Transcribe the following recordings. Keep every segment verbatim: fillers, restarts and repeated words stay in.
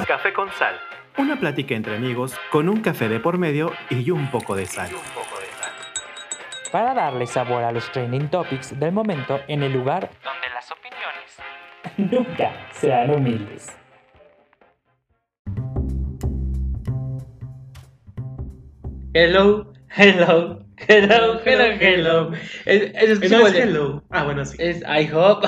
Café con Sal. Una plática entre amigos con un café de por medio y un poco de sal. Para darle sabor a los trending topics del momento en el lugar donde las opiniones nunca serán humildes. Hello, hello, hello, hello, hello. Es, es, es, No es de, hello. Ah, bueno, sí. Es I hope.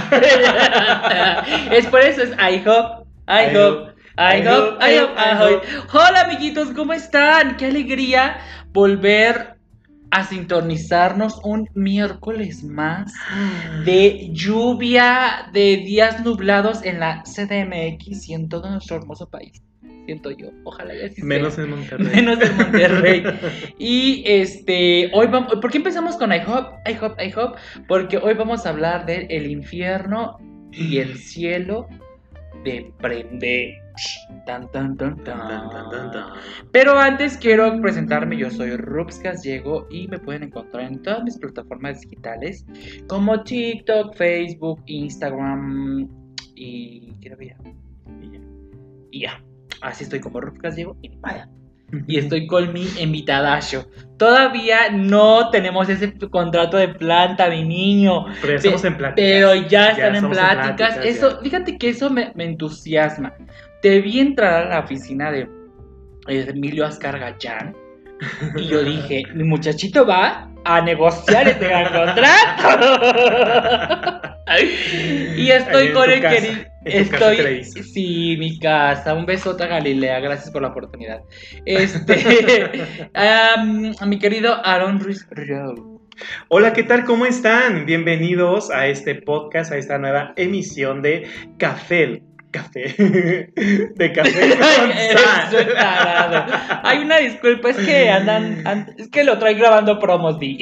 Es por eso, es I hope, I, I hope, hope, I I hope, hope, I I hope, I hope. hope. Hola amiguitos, ¿cómo están? Qué alegría volver a sintonizarnos un miércoles más de lluvia, de días nublados en la C D M X y en todo nuestro hermoso país. Siento yo, ojalá ya sí sea. Menos en Monterrey. Menos en Monterrey. Y este, hoy vamos, ¿por qué empezamos con I hope, I hope, I hope? Porque hoy vamos a hablar del el infierno y el cielo de Prende. Tan, tan, tan, tan. Tan, tan, tan, tan. Pero antes quiero presentarme, yo soy Rubs Gallego y me pueden encontrar en todas mis plataformas digitales como TikTok, Facebook, Instagram y ¿qué había? Y ya. Y ya. Así estoy como Rubs Gallego y vaya. Y estoy con mi invitadazo. Todavía no tenemos ese contrato de planta, mi niño. Pero ya estamos Pe- en pláticas. Pero ya Ya están en estamos en pláticas. pláticas, Eso, ya. fíjate que eso me, me entusiasma. Te vi entrar a la oficina de Emilio Ascar Gallán y yo dije, mi muchachito va a negociar este gran contrato. Y estoy Ahí en con tu el casa, querido. en tu casa Estoy. Televisa. Sí, mi casa. Un besote a Galilea. Gracias por la oportunidad. Este. um, a mi querido Aaron Ruiz Rowe. Hola, ¿qué tal? ¿Cómo están? Bienvenidos a este podcast, a esta nueva emisión de Café. Café. De Café con Eres Sal. un tarado. Hay una disculpa, es que andan, and- es que lo trae grabando promos, di.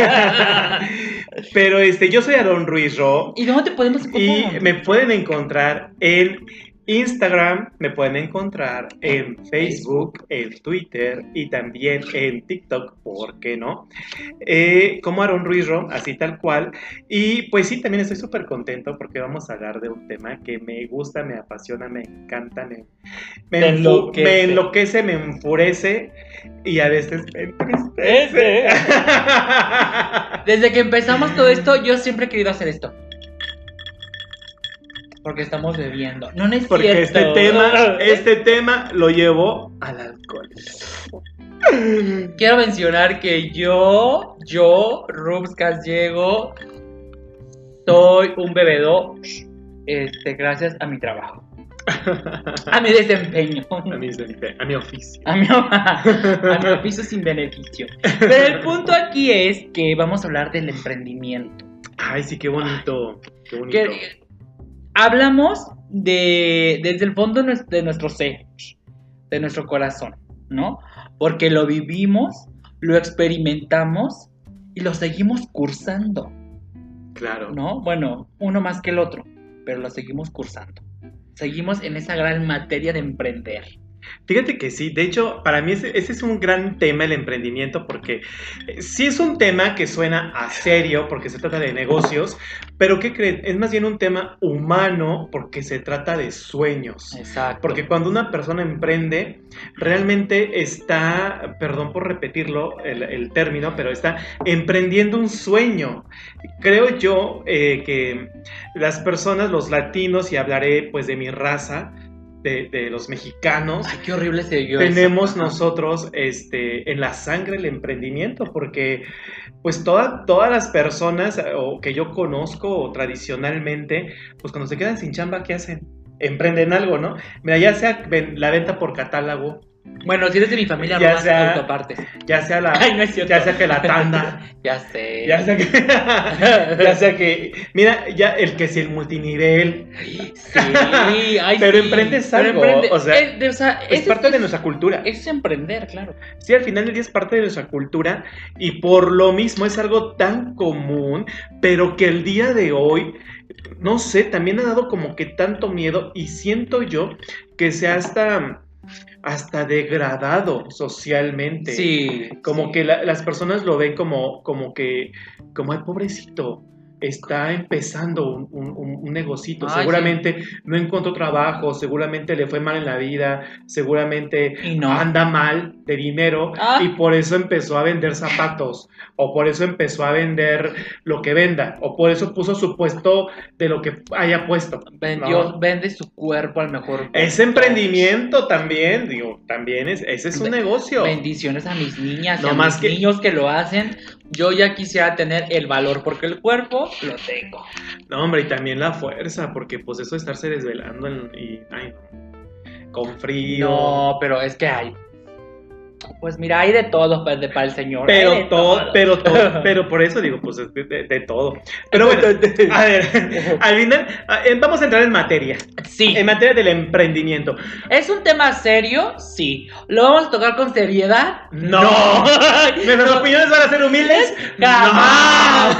Pero este, yo soy Aaron Ruiz Ro ¿Y dónde te podemos y encontrar? me pueden encontrar en Instagram, me pueden encontrar en Facebook, en Twitter y también en TikTok, ¿por qué no? Eh, como Aaron Ruiz Ro, así tal cual. Y pues sí, también estoy súper contento porque vamos a hablar de un tema que me gusta, me apasiona, me encanta, me, me, Te enfu- enloquece. me enloquece, me enfurece y a veces me entristece. Ese. Desde que empezamos todo esto, yo siempre he querido hacer esto. Porque estamos bebiendo. No, no es Porque cierto. este tema, este tema lo llevó al alcohol. Quiero mencionar que yo, yo, Rubs Gallego, soy un bebedor, este, gracias a mi trabajo. A mi desempeño. A mi, a mi oficio. A mi, a mi oficio sin beneficio. Pero el punto aquí es que vamos a hablar del emprendimiento. Ay, sí, qué bonito. Qué bonito. Que hablamos de desde el fondo de nuestro, de nuestro ser, de nuestro corazón, ¿no? Porque lo vivimos, lo experimentamos y lo seguimos cursando, Claro. ¿no? Bueno, uno más que el otro, pero lo seguimos cursando. Seguimos en esa gran materia de emprender. Fíjate que sí, de hecho, para mí ese, ese es un gran tema, el emprendimiento, porque eh, sí es un tema que suena a serio, porque se trata de negocios, pero ¿qué creen? Es más bien un tema humano, porque se trata de sueños. Exacto. Porque cuando una persona emprende, realmente está, perdón por repetirlo, el, el término, pero está emprendiendo un sueño. Creo yo eh, que las personas, los latinos, y hablaré pues de mi raza, De, de los mexicanos, Ay, qué horrible se oyó tenemos eso. nosotros este, en la sangre el emprendimiento, porque pues toda, todas las personas o que yo conozco o tradicionalmente, pues cuando se quedan sin chamba, ¿qué hacen? Emprenden algo, ¿no? Mira, ya sea ven, la venta por catálogo, Bueno, si eres de mi familia, Ya robas sea- autopartes. ya sea la, Ay, no es cierto. ya sea que la tanda, Ya sé. ya sea que, ya sea que, mira, ya el que si el multinivel, Sí, ay, Pero sí. emprendes Pero algo, emprende- o sea, es, de- o sea, es ese parte de nuestra cultura. Es emprender, claro. Sí, al final del día es parte de nuestra cultura y por lo mismo es algo tan común, pero que el día de hoy, no sé, también ha dado como que tanto miedo y siento yo que se ha hasta, hasta degradado socialmente. Sí. Como sí. que la- las personas lo ven como, como que, como, ay, pobrecito. está empezando un, un, un negocito, Ay, seguramente sí. No encontró trabajo, seguramente le fue mal en la vida, seguramente no. anda mal de dinero ah. y por eso empezó a vender zapatos, o por eso empezó a vender lo que venda, o por eso puso su puesto de lo que haya puesto. Vendió, ¿no? Vende su cuerpo al mejor. Es emprendimiento también, digo, también es, ese es un Be- negocio. Bendiciones a mis niñas no y a más mis que... niños que lo hacen. Yo ya quisiera tener el valor porque el cuerpo lo tengo. No, hombre, y también la fuerza, porque pues eso de estarse desvelando en, y, ay, no, con frío. No, pero es que hay. Pues mira, hay de todo para, para el Señor. Pero todo, todo, pero todo, pero por eso digo, pues de, de, de todo. Pero bueno, a ver, al final, vamos a entrar en materia. Sí. En materia del emprendimiento. ¿Es un tema serio? Sí. ¿Lo vamos a tocar con seriedad? No. no. ¿Nuestras no. opiniones van a ser humildes? ¡Jamás!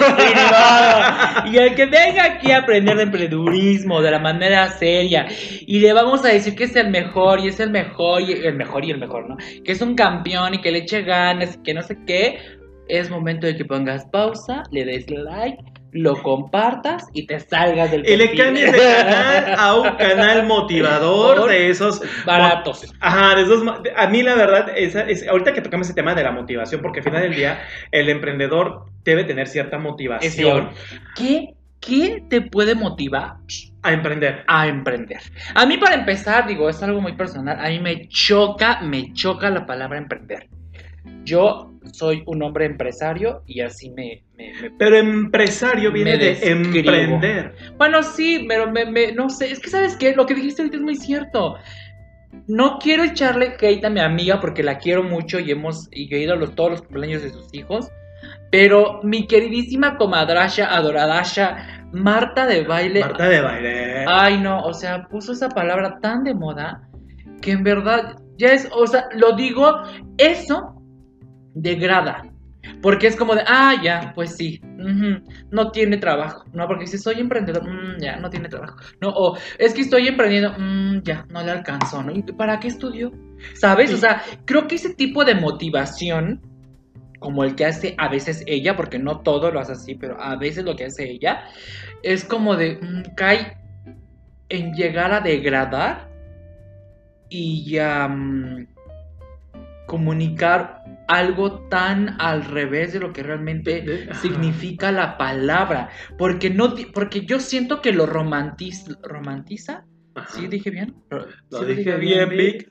No. Y el que venga aquí a aprender de emprendedurismo de la manera seria y le vamos a decir que es el mejor y es el mejor y el mejor y el mejor, ¿no? Que es un campeón y que le eche ganas y que no sé qué, es momento de que pongas pausa, le des like, lo compartas y te salgas del perfil. Y le cambies de canal a un canal motivador Por de esos baratos. Ajá, de esos. A mí la verdad, esa, es, ahorita que tocamos ese tema de la motivación, porque al final del día el emprendedor debe tener cierta motivación. ¿Qué? ¿Qué te puede motivar? A emprender. A emprender. A mí, para empezar, digo, es algo muy personal. A mí me choca, me choca la palabra emprender. Yo soy un hombre empresario y así me... me, me pero empresario viene de emprender. Bueno, sí, pero me, me, no sé. Es que, ¿sabes qué? Lo que dijiste ahorita es muy cierto. No quiero echarle hate a mi amiga porque la quiero mucho y hemos y he ido a los, todos los cumpleaños de sus hijos. Pero mi queridísima comadrasha, adoradasha, Marta de Baile. Marta de Baile. Ay, no, o sea, puso esa palabra tan de moda que en verdad ya es, o sea, lo digo, eso degrada. Porque es como de, ah, ya, pues sí, uh-huh, no tiene trabajo. No, porque si soy emprendedor, mmm, ya, no tiene trabajo. No, o es que estoy emprendiendo, mmm, ya, no le alcanzó, ¿no? ¿Y para qué estudió? ¿Sabes? Sí. O sea, creo que ese tipo de motivación, como el que hace a veces ella, porque no todo lo hace así, pero a veces lo que hace ella, es como de, mmm, cae en llegar a degradar y ya um, comunicar algo tan al revés de lo que realmente Ajá. significa la palabra, porque no, porque yo siento que lo romantiza, romantiza. Ajá. ¿Sí dije bien? Lo ¿Sí dije, dije bien, Vic.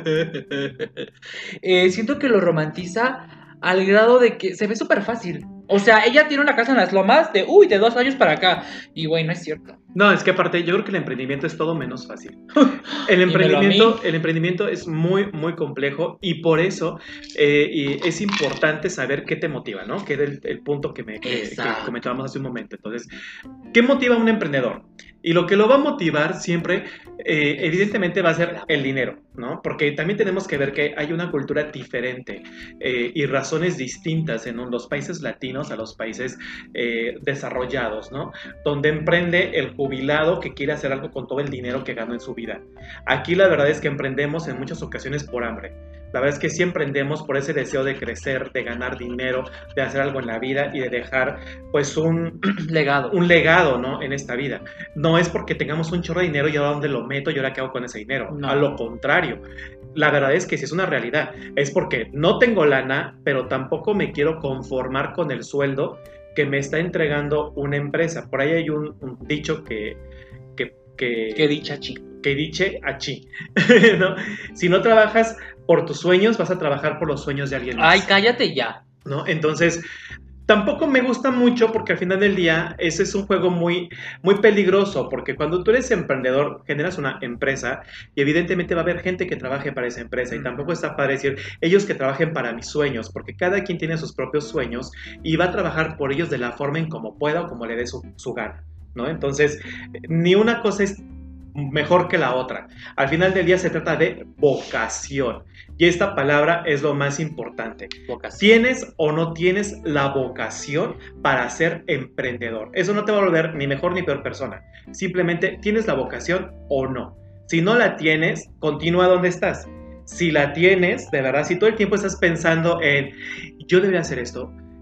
eh, siento que lo romantiza al grado de que se ve súper fácil. O sea, ella tiene una casa en las lomas de, uy, de dos años para acá. Y güey, no es cierto. No, es que aparte yo creo que el emprendimiento es todo menos fácil. El emprendimiento, el emprendimiento es muy, muy complejo y por eso eh, y es importante saber qué te motiva, ¿no? Que era el, el punto que, me, que, que comentábamos hace un momento. Entonces, ¿qué motiva a un emprendedor? Y lo que lo va a motivar siempre, eh, evidentemente, va a ser el dinero, ¿no? Porque también tenemos que ver que hay una cultura diferente eh, y razones distintas en los países latinos a los países eh, desarrollados, ¿no? Donde emprende el jubilado que quiere hacer algo con todo el dinero que ganó en su vida. Aquí la verdad es que emprendemos en muchas ocasiones por hambre. La verdad es que sí emprendemos por ese deseo de crecer, de ganar dinero, de hacer algo en la vida y de dejar pues un legado, un legado, ¿no? En esta vida. No es porque tengamos un chorro de dinero y ahora dónde lo meto y ahora qué hago con ese dinero. No. A lo contrario. La verdad es que sí es una realidad. Es porque no tengo lana, pero tampoco me quiero conformar con el sueldo que me está entregando una empresa. Por ahí hay un, un dicho que... que, que que dicha chi. Que diche a chi. ¿No? Si no trabajas por tus sueños, vas a trabajar por los sueños de alguien más. Ay, cállate ya. ¿No? Entonces, tampoco me gusta mucho porque al final del día ese es un juego muy, muy peligroso, porque cuando tú eres emprendedor generas una empresa y evidentemente va a haber gente que trabaje para esa empresa y tampoco está padre decir ellos que trabajen para mis sueños, porque cada quien tiene sus propios sueños y va a trabajar por ellos de la forma en como pueda o como le dé su, su gana, ¿no? Entonces, ni una cosa es mejor que la otra. Al final del día se trata de vocación y esta palabra es lo más importante. Vocación. ¿Tienes o no tienes la vocación para ser emprendedor? Eso no te va a volver ni mejor ni peor persona. Simplemente tienes la vocación o no. Si no la tienes, continúa donde estás. Si la tienes, de verdad, si todo el tiempo estás pensando en yo debería hacer esto,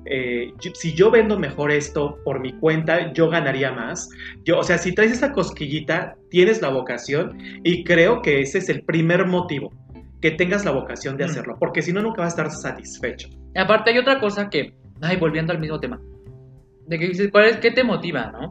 eh, yo, si yo vendo mejor esto por mi cuenta, yo ganaría más. Yo, o sea, si traes esa cosquillita, tienes la vocación y creo que ese es el primer motivo, que tengas la vocación de hacerlo, porque si no, nunca vas a estar satisfecho. Y aparte hay otra cosa que, ay, volviendo al mismo tema, de que dices, ¿cuál es, qué te motiva, no?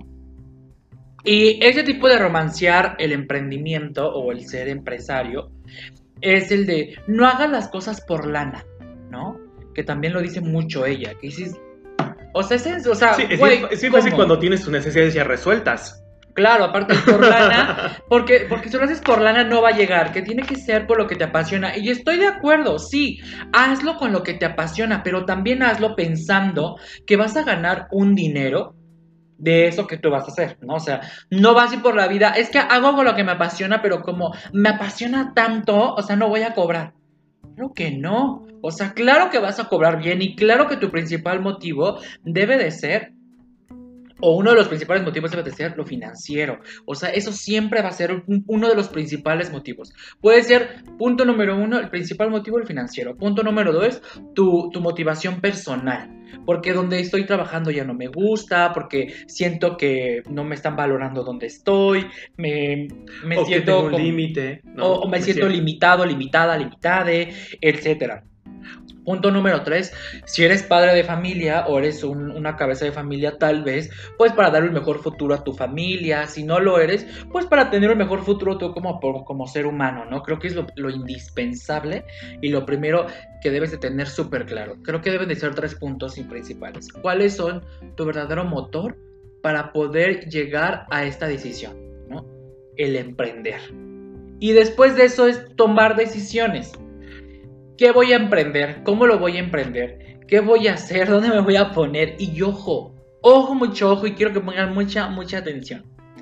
Y ese tipo de romancear el emprendimiento o el ser empresario es el de no hagas las cosas por lana, ¿no? Que también lo dice mucho ella, que dices, o sea, es, o sea, Sí, es, güey, es fácil cuando tienes tus necesidades ya resueltas. Claro, aparte por lana, porque, porque si lo haces por lana no va a llegar, que tiene que ser por lo que te apasiona. Y estoy de acuerdo, sí, hazlo con lo que te apasiona, pero también hazlo pensando que vas a ganar un dinero de eso que tú vas a hacer, ¿no? O sea, no vas a ir por la vida, es que hago con lo que me apasiona, pero como me apasiona tanto, o sea, no voy a cobrar. Claro que no, o sea, claro que vas a cobrar bien y claro que tu principal motivo debe de ser, o uno de los principales motivos debe de ser lo financiero. O sea, eso siempre va a ser un, uno de los principales motivos. Puede ser, punto número uno, el principal motivo, el financiero. Punto número dos, tu, tu motivación personal. Porque donde estoy trabajando ya no me gusta, porque siento que no me están valorando donde estoy, me, me o siento... que tengo un con, límite. ¿no? O, o me, me siento, siento limitado, limitada, limitade, etcétera. Punto número tres, si eres padre de familia o eres un, una cabeza de familia tal vez, pues para dar un mejor futuro a tu familia, si no lo eres, pues para tener un mejor futuro tú como, como ser humano, ¿no? Creo que es lo, lo indispensable y lo primero que debes de tener súper claro. Creo que deben de ser tres puntos principales. ¿Cuáles son tu verdadero motor para poder llegar a esta decisión, ¿no? El emprender. Y después de eso es tomar decisiones. ¿Qué voy a emprender? ¿Cómo lo voy a emprender? ¿Qué voy a hacer? ¿Dónde me voy a poner? Y ojo, ojo, mucho ojo, y quiero que pongan mucha, mucha atención.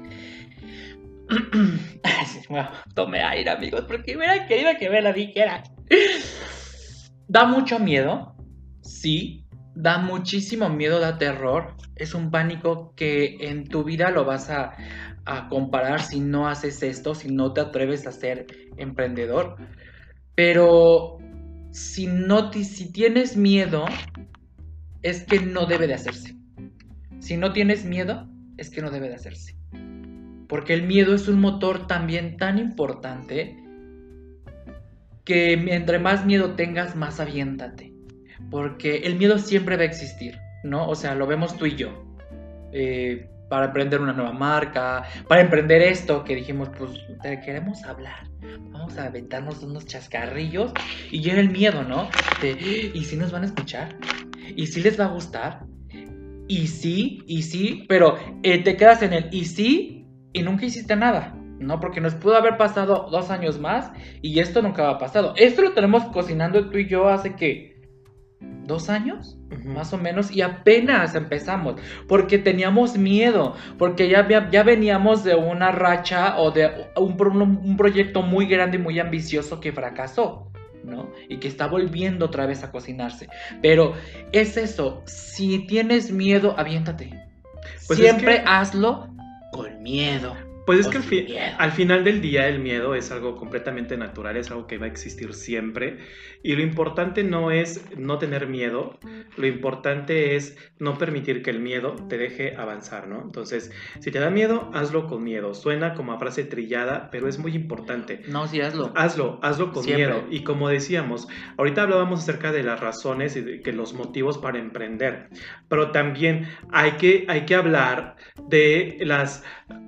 Bueno, tome aire, amigos, porque mira que iba que me la dijera. Da mucho miedo, sí, da muchísimo miedo, da terror. Es un pánico que en tu vida lo vas a, a comparar si no haces esto, si no te atreves a ser emprendedor. Pero... Si, no t- si tienes miedo, es que no debe de hacerse. Si no tienes miedo, es que no debe de hacerse. Porque el miedo es un motor también tan importante que entre más miedo tengas, más aviéntate. Porque el miedo siempre va a existir, ¿no? O sea, lo vemos tú y yo. Eh, para emprender una nueva marca, para emprender esto que dijimos, pues te queremos hablar. Vamos a aventarnos unos chascarrillos y llega el miedo, ¿no? De, ¿y si nos van a escuchar? ¿Y si les va a gustar? Y sí, y sí, pero eh, te quedas en el y sí y nunca hiciste nada, ¿no? Porque nos pudo haber pasado dos años más y esto nunca ha pasado. Esto lo tenemos cocinando tú y yo hace que dos años, uh-huh. más o menos, y apenas empezamos, porque teníamos miedo, porque ya, ya veníamos de una racha o de un, un proyecto muy grande y muy ambicioso que fracasó, ¿no? Y que está volviendo otra vez a cocinarse. Pero es eso, si tienes miedo, aviéntate. Pues siempre es que... hazlo con miedo. Pues es que al, fi- al final del día el miedo es algo completamente natural, es algo que va a existir siempre y lo importante no es no tener miedo, lo importante es no permitir que el miedo te deje avanzar, ¿no? Entonces, si te da miedo, hazlo con miedo. Suena como a frase trillada, pero es muy importante. No, sí, hazlo. Hazlo, hazlo con siempre. Miedo. Y como decíamos, ahorita hablábamos acerca de las razones y de que los motivos para emprender, pero también hay que, hay que hablar de las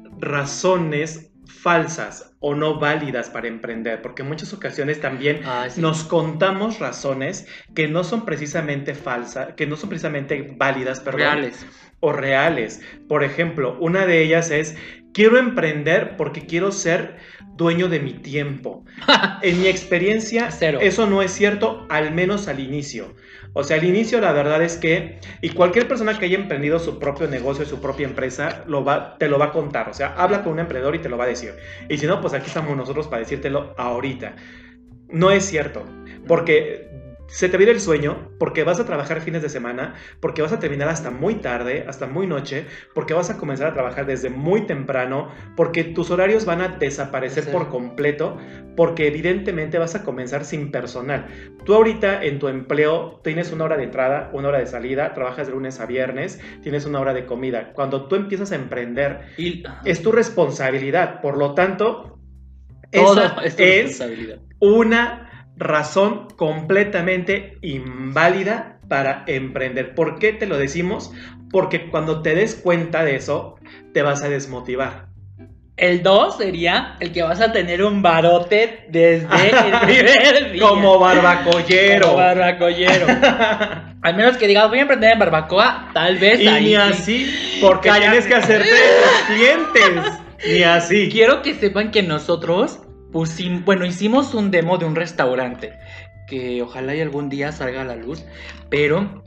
razones falsas o no válidas para emprender, porque en muchas ocasiones también ah, sí. nos contamos razones que no son precisamente falsas, que no son precisamente válidas, perdón, reales o reales. Por ejemplo, una de ellas es quiero emprender porque quiero ser dueño de mi tiempo. En mi experiencia, Cero. Eso no es cierto, al menos al inicio. O sea, al inicio la verdad es que, y cualquier persona que haya emprendido su propio negocio, su propia empresa, lo va, te lo va a contar. O sea, habla con un emprendedor y te lo va a decir. Y si no, pues aquí estamos nosotros para decírtelo ahorita. No es cierto, porque se te viene el sueño porque vas a trabajar fines de semana, porque vas a terminar hasta muy tarde, hasta muy noche, porque vas a comenzar a trabajar desde muy temprano, porque tus horarios van a desaparecer Sí. por completo, porque evidentemente vas a comenzar sin personal. Tú ahorita en tu empleo tienes una hora de entrada, una hora de salida, trabajas de lunes a viernes, tienes una hora de comida. Cuando tú empiezas a emprender, Y es tu responsabilidad, por lo tanto, todo esa es tu es responsabilidad. una razón completamente inválida para emprender. ¿Por qué te lo decimos? Porque cuando te des cuenta de eso, te vas a desmotivar. El dos sería el que vas a tener un barote desde el primer día. Como barbacollero. Como barbacollero. Al menos que digas, voy a emprender en barbacoa, tal vez Y ahí ni sí. así, porque Cállate. tienes que hacerte de los clientes. Ni así. Quiero que sepan que nosotros pusimos, bueno, hicimos un demo de un restaurante que ojalá y algún día salga a la luz, pero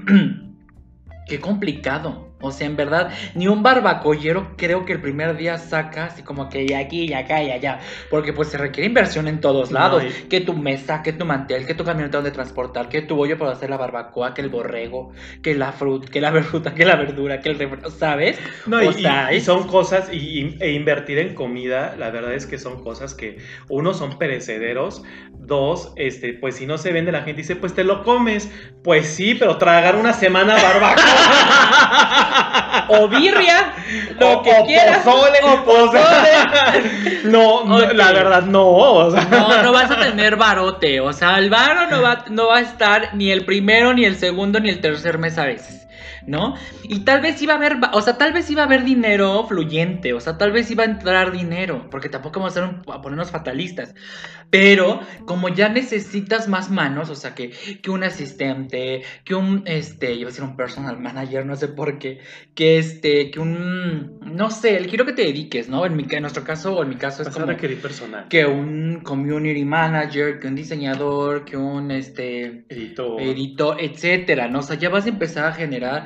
qué complicado. O sea, en verdad, ni un barbacollero creo que el primer día saca así como que y aquí y acá y allá, porque pues se requiere inversión en todos lados, No, y- que tu mesa, que tu mantel, que tu camioneta donde transportar, que tu bollo para hacer la barbacoa, que el borrego, que la fruta, que la fruta, que la verdura, que el refresco, ¿sabes? No, O y, sea, y es- son cosas, y, y- e invertir en comida, la verdad es que son cosas que, uno, son perecederos, dos, este, pues si no se vende, la gente dice, pues te lo comes. Pues sí, pero tragar una semana barbacoa. O birria, lo O- que o quieras. pozole, O o sea, no, no, Ok. la verdad no, o sea. No, no vas a tener barote. O sea, el varo no va, no va a estar ni el primero, ni el segundo, ni el tercer mes a veces, ¿no? Y tal vez iba a haber, o sea, tal vez iba a haber dinero fluyente. O sea, tal vez iba a entrar dinero. Porque tampoco vamos a, ser un- a ponernos fatalistas. Pero como ya necesitas más manos, o sea, que, que un asistente, que un, este, iba a decir un personal manager, no sé por qué, que este, que un, no sé, el giro que te dediques, ¿no? En, mi, en nuestro caso, o en mi caso es Vas a como requerir personal. que un community manager, que un diseñador, que un, este, Editor. editor, etcétera, ¿no? O sea, ya vas a empezar a generar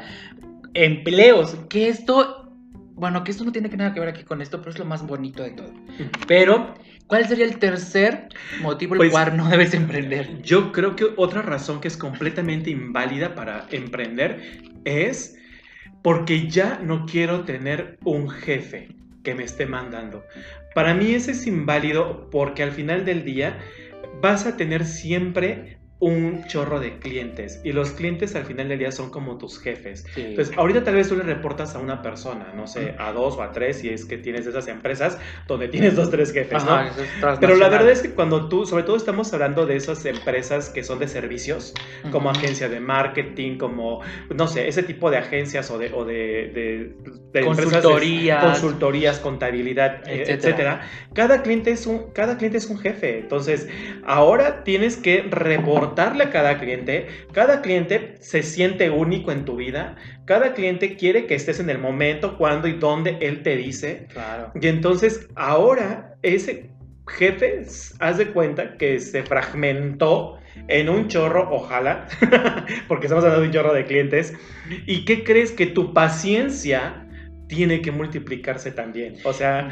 empleos, que esto, bueno, que esto no tiene que nada que ver aquí con esto, pero es lo más bonito de todo. Pero, ¿cuál sería el tercer motivo el Pues- cual no debes emprender? Yo creo que otra razón que es completamente inválida para emprender es porque ya no quiero tener un jefe que me esté mandando. Para mí ese es inválido porque al final del día vas a tener siempre un chorro de clientes y los clientes al final del día son como tus jefes. Entonces, ahorita tal vez tú le reportas a una persona, no sé, a dos o a tres, si es que tienes esas empresas donde tienes dos, tres jefes, ¿no? Ajá, eso es Pero la transnacional. verdad es que cuando tú, sobre todo estamos hablando de esas empresas que son de servicios, como Ujú. agencia de marketing, como, no sé, ese tipo de agencias o de, o de, de- de empresas de- Consultorías. consultorías, contabilidad, eh, Etcétera. etcétera. Cada cliente es un, cada cliente es un jefe. Entonces, ahora tienes que reportarle a cada cliente. Cada cliente se siente único en tu vida. Cada cliente quiere que estés en el momento, cuando y dónde él te dice. Claro. Y entonces ahora ese jefe, haz de cuenta que se fragmentó en un chorro, ojalá, porque estamos hablando de un chorro de clientes. ¿Y qué crees? Que tu paciencia tiene que multiplicarse también. O sea,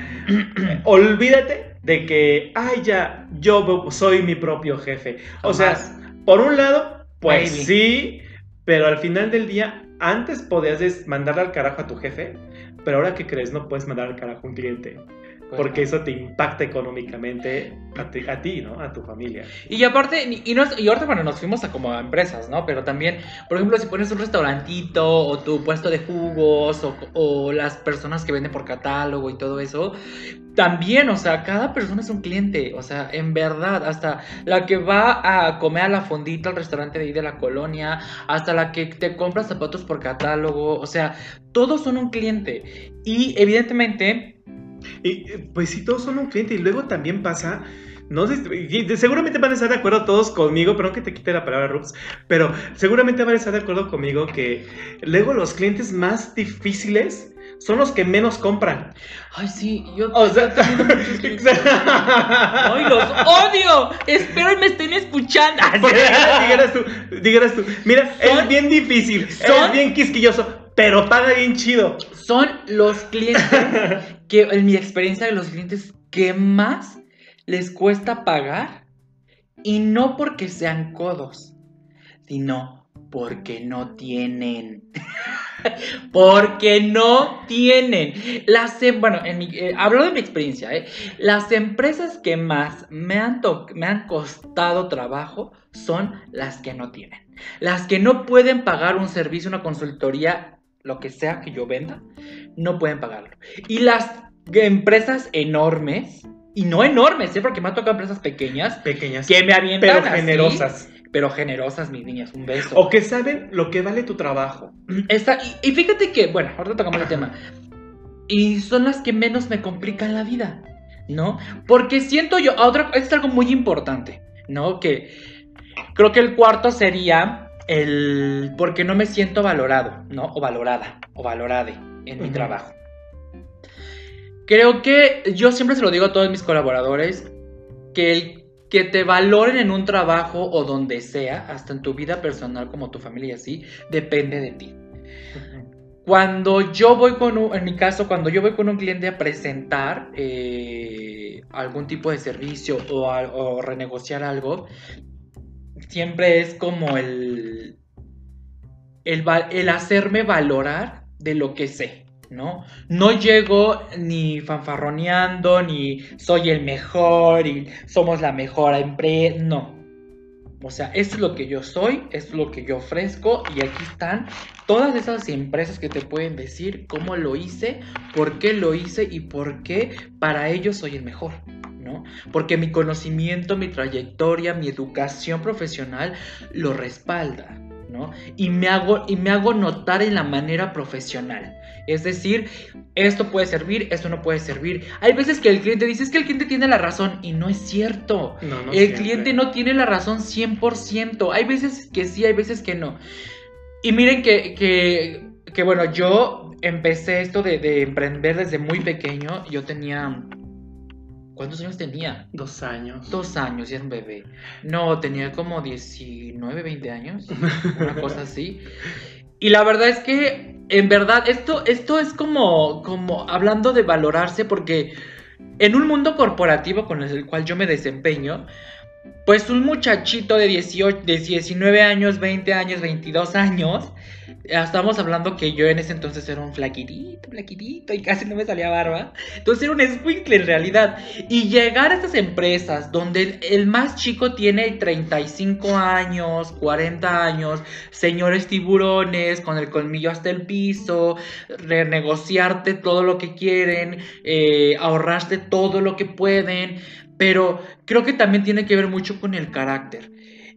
olvídate de que, ay, ya, yo soy mi propio jefe. O sea, Jamás. por un lado, pues Maybe. sí, pero al final del día, antes podías des- mandarle al carajo a tu jefe, pero ahora ¿qué crees? No puedes mandar al carajo a un cliente, Pues porque no. eso te impacta económicamente a ti, a ti, ¿no? A tu familia. Y aparte, y, y, nos- y ahorita, bueno, nos fuimos a como a empresas, ¿no? Pero también, por ejemplo, si pones un restaurantito o tu puesto de jugos o, o las personas que venden por catálogo y todo eso, también, o sea, cada persona es un cliente, o sea, en verdad, hasta la que va a comer a la fondita al restaurante de ahí de la colonia, hasta la que te compra zapatos por catálogo, o sea, todos son un cliente. Y evidentemente, Y eh, pues sí, todos son un cliente. Y luego también pasa, no sé, y de- seguramente van a estar de acuerdo todos conmigo, pero no que te quite la palabra, Rups, pero seguramente van a estar de acuerdo conmigo que luego los clientes más difíciles son los que menos compran. ay, sí, yo... O sea, yo tengo muchos clientes. ¡Ay, los odio! Espero y me estén escuchando. porque dijeras tú, dijeras tú, mira, Son- es bien difícil, son- es bien quisquilloso, pero paga bien chido. Son los clientes que, en mi experiencia, de los clientes que más les cuesta pagar y no porque sean codos, sino porque no tienen. Porque no tienen. Las, em- bueno, en mi- eh, hablo de mi experiencia, ¿eh? Las empresas que más me han, to- me han costado trabajo son las que no tienen. Las que no pueden pagar un servicio, una consultoría, lo que sea que yo venda, no pueden pagarlo. Y las empresas enormes, y no enormes, ¿eh? Porque me ha tocado empresas pequeñas Pequeñas, que me avientan pero así, generosas. pero generosas, mis niñas, un beso. O que saben lo que vale tu trabajo. Esta, y, y fíjate que, bueno, ahorita tocamos el tema. Y son las que menos me complican la vida, ¿no? Porque siento yo, otra, es algo muy importante, ¿no? Que creo que el cuarto sería el porque no me siento valorado, ¿no? O valorada, o valorade en mi Ujú. trabajo. Creo que yo siempre se lo digo a todos mis colaboradores, que el que te valoren en un trabajo o donde sea, hasta en tu vida personal como tu familia y así, depende de ti. Cuando yo voy con un, en mi caso, cuando yo voy con un cliente a presentar eh, algún tipo de servicio o, a- o renegociar algo, siempre es como el, el, va- el hacerme valorar de lo que sé, ¿no? No llego ni fanfarroneando, ni soy el mejor y somos la mejor empresa, no. O sea, esto es lo que yo soy, esto es lo que yo ofrezco y aquí están todas esas empresas que te pueden decir cómo lo hice, por qué lo hice y por qué para ellos soy el mejor, ¿no? Porque mi conocimiento, mi trayectoria, mi educación profesional lo respalda, ¿no? Y me hago, y me hago notar en la manera profesional. Es decir, esto puede servir, esto no puede servir. Hay veces que el cliente dice, es que el cliente tiene la razón y no es cierto. No, no El siempre. cliente no tiene la razón cien por ciento. Hay veces que sí, hay veces que no. Y miren que, que, que bueno, yo empecé esto de, de emprender desde muy pequeño. Yo tenía... ¿Cuántos años tenía? Dos años. Dos años, y era un bebé. No, tenía como diecinueve, veinte años. Una cosa así. Y la verdad es que, en verdad, esto, esto es como, como hablando de valorarse, porque en un mundo corporativo con el cual yo me desempeño, pues un muchachito de dieciocho, de diecinueve años, veinte años, veintidós años, estamos hablando que yo en ese entonces era un flaquitito, flaquitito y casi no me salía barba. Entonces era un escuincle en realidad. Y llegar a estas empresas donde el, el más chico tiene treinta y cinco años, cuarenta años, señores tiburones con el colmillo hasta el piso, renegociarte todo lo que quieren, eh, ahorrarte todo lo que pueden. Pero creo que también tiene que ver mucho con el carácter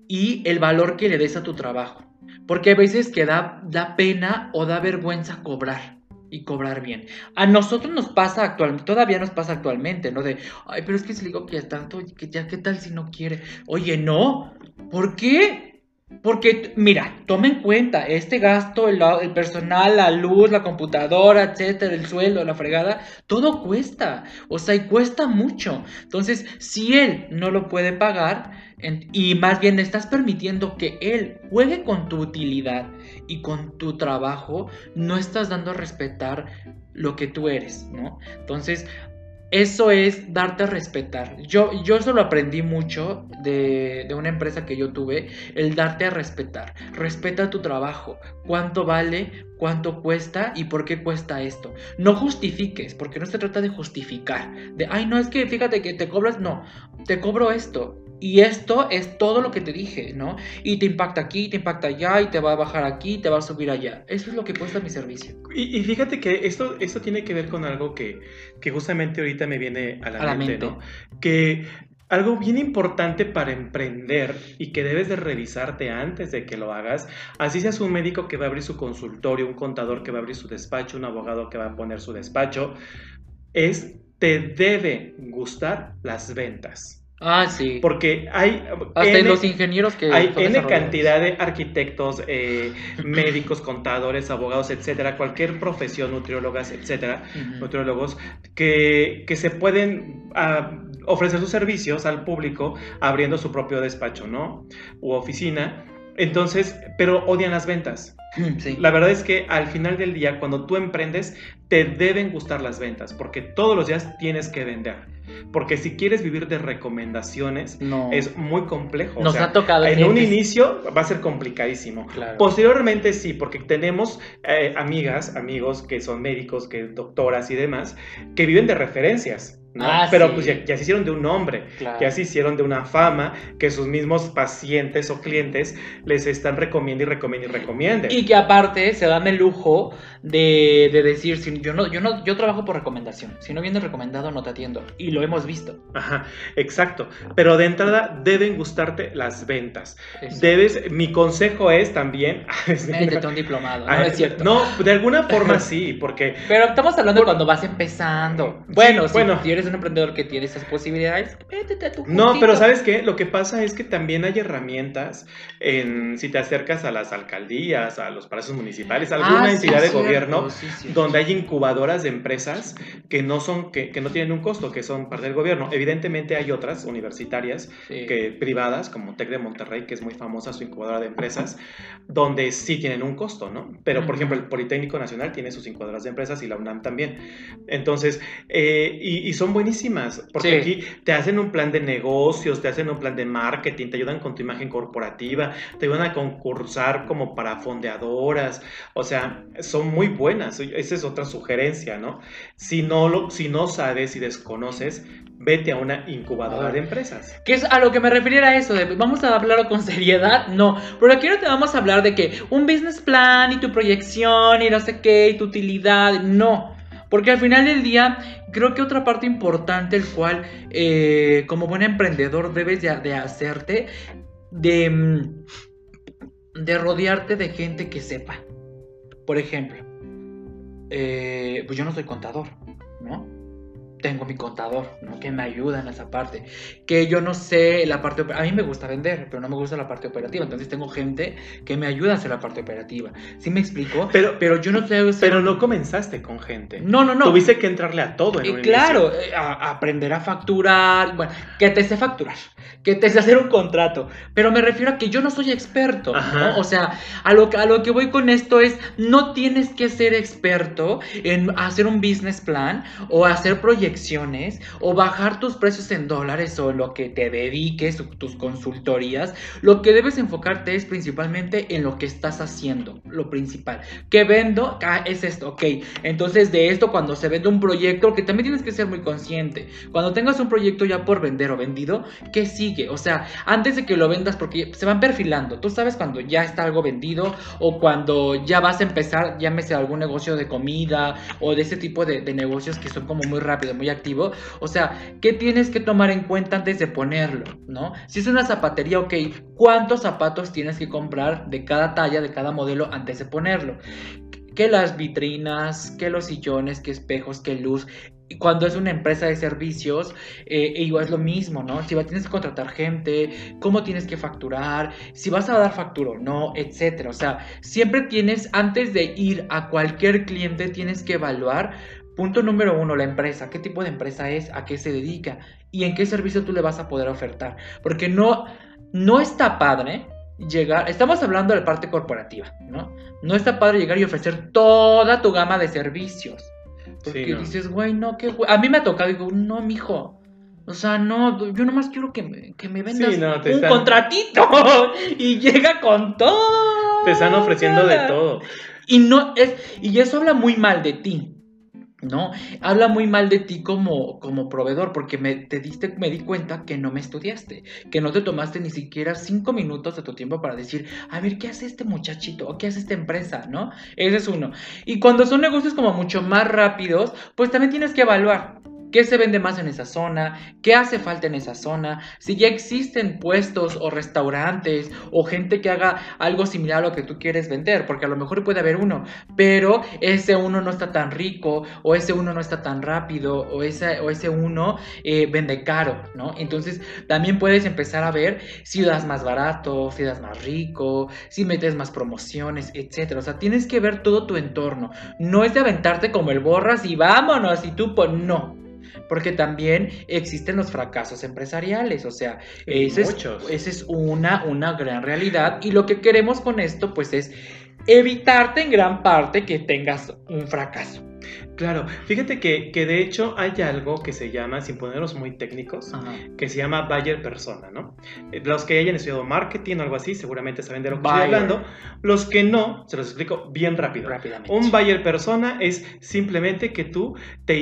y el valor que le des a tu trabajo. Porque hay veces que da, da pena o da vergüenza cobrar y cobrar bien. A nosotros nos pasa actualmente, todavía nos pasa actualmente, ¿no? De, ay, pero es que si le digo que ya tanto, que ya, ¿qué tal si no quiere? Oye, no, ¿por qué? Porque, mira, toma en cuenta, este gasto, el, el personal, la luz, la computadora, etcétera, el sueldo, la fregada, todo cuesta, o sea, y cuesta mucho. Entonces, si él no lo puede pagar, en, y más bien estás permitiendo que él juegue con tu utilidad y con tu trabajo, no estás dando a respetar lo que tú eres, ¿no? Entonces, eso es darte a respetar. Yo, yo eso lo aprendí mucho de, de una empresa que yo tuve, el darte a respetar. Respeta tu trabajo, cuánto vale, cuánto cuesta y por qué cuesta esto. No justifiques, porque no se trata de justificar. De, ay, no, es que fíjate que te cobras, no, te cobro esto. Y esto es todo lo que te dije, ¿no? Y te impacta aquí, te impacta allá, y te va a bajar aquí, te va a subir allá. Eso es lo que cuesta mi servicio. Y, y fíjate que esto, esto tiene que ver con algo que, que justamente ahorita me viene a la, A la mente, mente. ¿no? Que algo bien importante para emprender y que debes de revisarte antes de que lo hagas, así seas un médico que va a abrir su consultorio, un contador que va a abrir su despacho, un abogado que va a poner su despacho, es, te debe gustar las ventas. Ah, sí. Porque hay Hasta N, los ingenieros que hay son N desarrolladores. cantidad de arquitectos, eh, médicos, contadores, abogados, etcétera, cualquier profesión, nutriólogas, etcétera, Ujú. nutriólogos, que, que se pueden uh, ofrecer sus servicios al público abriendo su propio despacho, ¿no? U oficina. Entonces, pero odian las ventas. Sí. La verdad es que al final del día, cuando tú emprendes, te deben gustar las ventas, porque todos los días tienes que vender. Porque si quieres vivir de recomendaciones, No. es muy complejo. Nos o sea, ha tocado en un clientes. inicio va a ser complicadísimo. Claro. Posteriormente sí, porque tenemos eh, amigas, amigos que son médicos, que doctoras y demás, que viven de referencias, ¿no? Ah, Pero sí. pues ya, ya se hicieron de un nombre, Claro. ya se hicieron de una fama, que sus mismos pacientes o clientes les están recomiendo y recomiendo y recomienden. Y que aparte se dan el lujo de, de decir, si yo no, yo no, yo trabajo por recomendación. Si no vienes recomendado, no te atiendo. Y lo hemos visto. Ajá, exacto. Pero de entrada deben gustarte las ventas. Eso. Debes, mi consejo es también. Métete un diplomado, no, Ah, es cierto. No, de alguna forma sí, porque Pero estamos hablando de Por- cuando vas empezando. Bueno, Sí, si bueno. si eres un emprendedor que tiene esas posibilidades, métete a tu no, cursito. pero ¿sabes qué? Lo que pasa es que también hay herramientas en si te acercas a las alcaldías, a los palacios municipales, a alguna Ah, sí, entidad de cierto, gobierno, sí, sí. donde hay incubadoras de empresas que no son que, que no tienen un costo, que son parte del gobierno. Evidentemente hay otras universitarias Sí. que privadas, como Tec de Monterrey, que es muy famosa su incubadora de empresas, donde sí tienen un costo, ¿no? Pero, por Ujú. ejemplo, el Politécnico Nacional tiene sus incubadoras de empresas y la UNAM también. Entonces, eh, y, y son buenísimas, porque Sí. aquí te hacen un plan de negocios, te hacen un plan de marketing, te ayudan con tu imagen corporativa, te ayudan a concursar como para fondeadoras, o sea, son muy buenas. Esa es otra sugerencia, ¿no? Si no, lo, si no sabes y desconoces, vete a una incubadora de empresas. Que es a lo que me refería a eso, de vamos a hablarlo con seriedad, no, pero aquí no te vamos a hablar de que un business plan y tu proyección y no sé qué, y tu utilidad, no, porque al final del día creo que otra parte importante el cual eh, como buen emprendedor debes de, de hacerte, de, mm, de rodearte de gente que sepa. Por ejemplo, eh, pues yo no soy contador, ¿no? Tengo mi contador, ¿no? Que me ayuda en esa parte. Que yo no sé la parte operativa. A mí me gusta vender, pero no me gusta la parte operativa. Entonces tengo gente que me ayuda a hacer la parte operativa. ¿Sí me explico? Pero, Pero yo no sé... pero no comenzaste con gente. No, no, no. Tuviste que entrarle a todo en Y un claro, inicio. eh, a, a aprender a facturar, bueno, que te sé facturar, que te sé hacer un contrato, pero me refiero a que yo no soy experto, Ajá. ¿no? O sea, a lo, que- a lo que voy con esto es, no tienes que ser experto en hacer un business plan o hacer proyecciones o bajar tus precios en dólares o lo que te dediques, tus consultorías. Lo que debes enfocarte es principalmente en lo que estás haciendo, lo principal. ¿Qué vendo? Ah, es esto, ok. Entonces de esto cuando se vende un proyecto, que también tienes que ser muy consciente, cuando tengas un proyecto ya por vender o vendido, ¿qué sigue? O sea, antes de que lo vendas, porque se van perfilando, tú sabes cuando ya está algo vendido o cuando ya vas a empezar, llámese algún negocio de comida o de ese tipo de, de negocios que son como muy rápido, muy activo. O sea, ¿qué tienes que tomar en cuenta antes de ponerlo? ¿No? Si es una zapatería, ok, ¿cuántos zapatos tienes que comprar de cada talla, de cada modelo antes de ponerlo? Que las vitrinas, que los sillones, que espejos, que luz. Y cuando es una empresa de servicios, eh, igual es lo mismo, ¿no? Si va, tienes que contratar gente, cómo tienes que facturar, si vas a dar factura o no, etcétera. O sea, siempre tienes, antes de ir a cualquier cliente, tienes que evaluar, punto número uno, la empresa. ¿Qué tipo de empresa es? ¿A qué se dedica? ¿Y en qué servicio tú le vas a poder ofertar? Porque no, no está padre llegar, estamos hablando de la parte corporativa, ¿no? No está padre llegar y ofrecer toda tu gama de servicios. Porque Sí, no. dices, güey, no, qué güey. A mí me ha tocado, digo, no, mijo. O sea, no, yo nomás quiero que me, que me vendas Sí, no, te un están- contratito. Y llega con todo. Te están ofreciendo de todo. Y no es, y eso habla muy mal de ti, ¿no? Habla muy mal de ti como, como proveedor, porque me, te diste, me di cuenta que no me estudiaste, que no te tomaste ni siquiera cinco minutos de tu tiempo para decir, a ver, ¿qué hace este muchachito? ¿O qué hace esta empresa? ¿No? Ese es uno. Y cuando son negocios como mucho más rápidos, pues también tienes que evaluar. ¿Qué se vende más en esa zona? ¿Qué hace falta en esa zona? Si ya existen puestos o restaurantes o gente que haga algo similar a lo que tú quieres vender, porque a lo mejor puede haber uno, pero ese uno no está tan rico o ese uno no está tan rápido o ese, o ese uno eh, vende caro, ¿no? Entonces también puedes empezar a ver si das más barato, si das más rico, si metes más promociones, etcétera. O sea, tienes que ver todo tu entorno. No es de aventarte como el borras y vámonos y tú, pues no. Porque también existen los fracasos empresariales, o sea, Sí, esa es, muchos. esa es una, una gran realidad y lo que queremos con esto pues es evitarte en gran parte que tengas un fracaso. Claro, fíjate que, que de hecho hay algo que se llama, sin ponernos muy técnicos, Ajá. que se llama buyer persona, ¿no? Eh, Los que hayan estudiado marketing o algo así, seguramente saben de lo que Buyer. estoy hablando. Los que no, se los explico bien rápido. Rápidamente. Un buyer persona es simplemente que tú te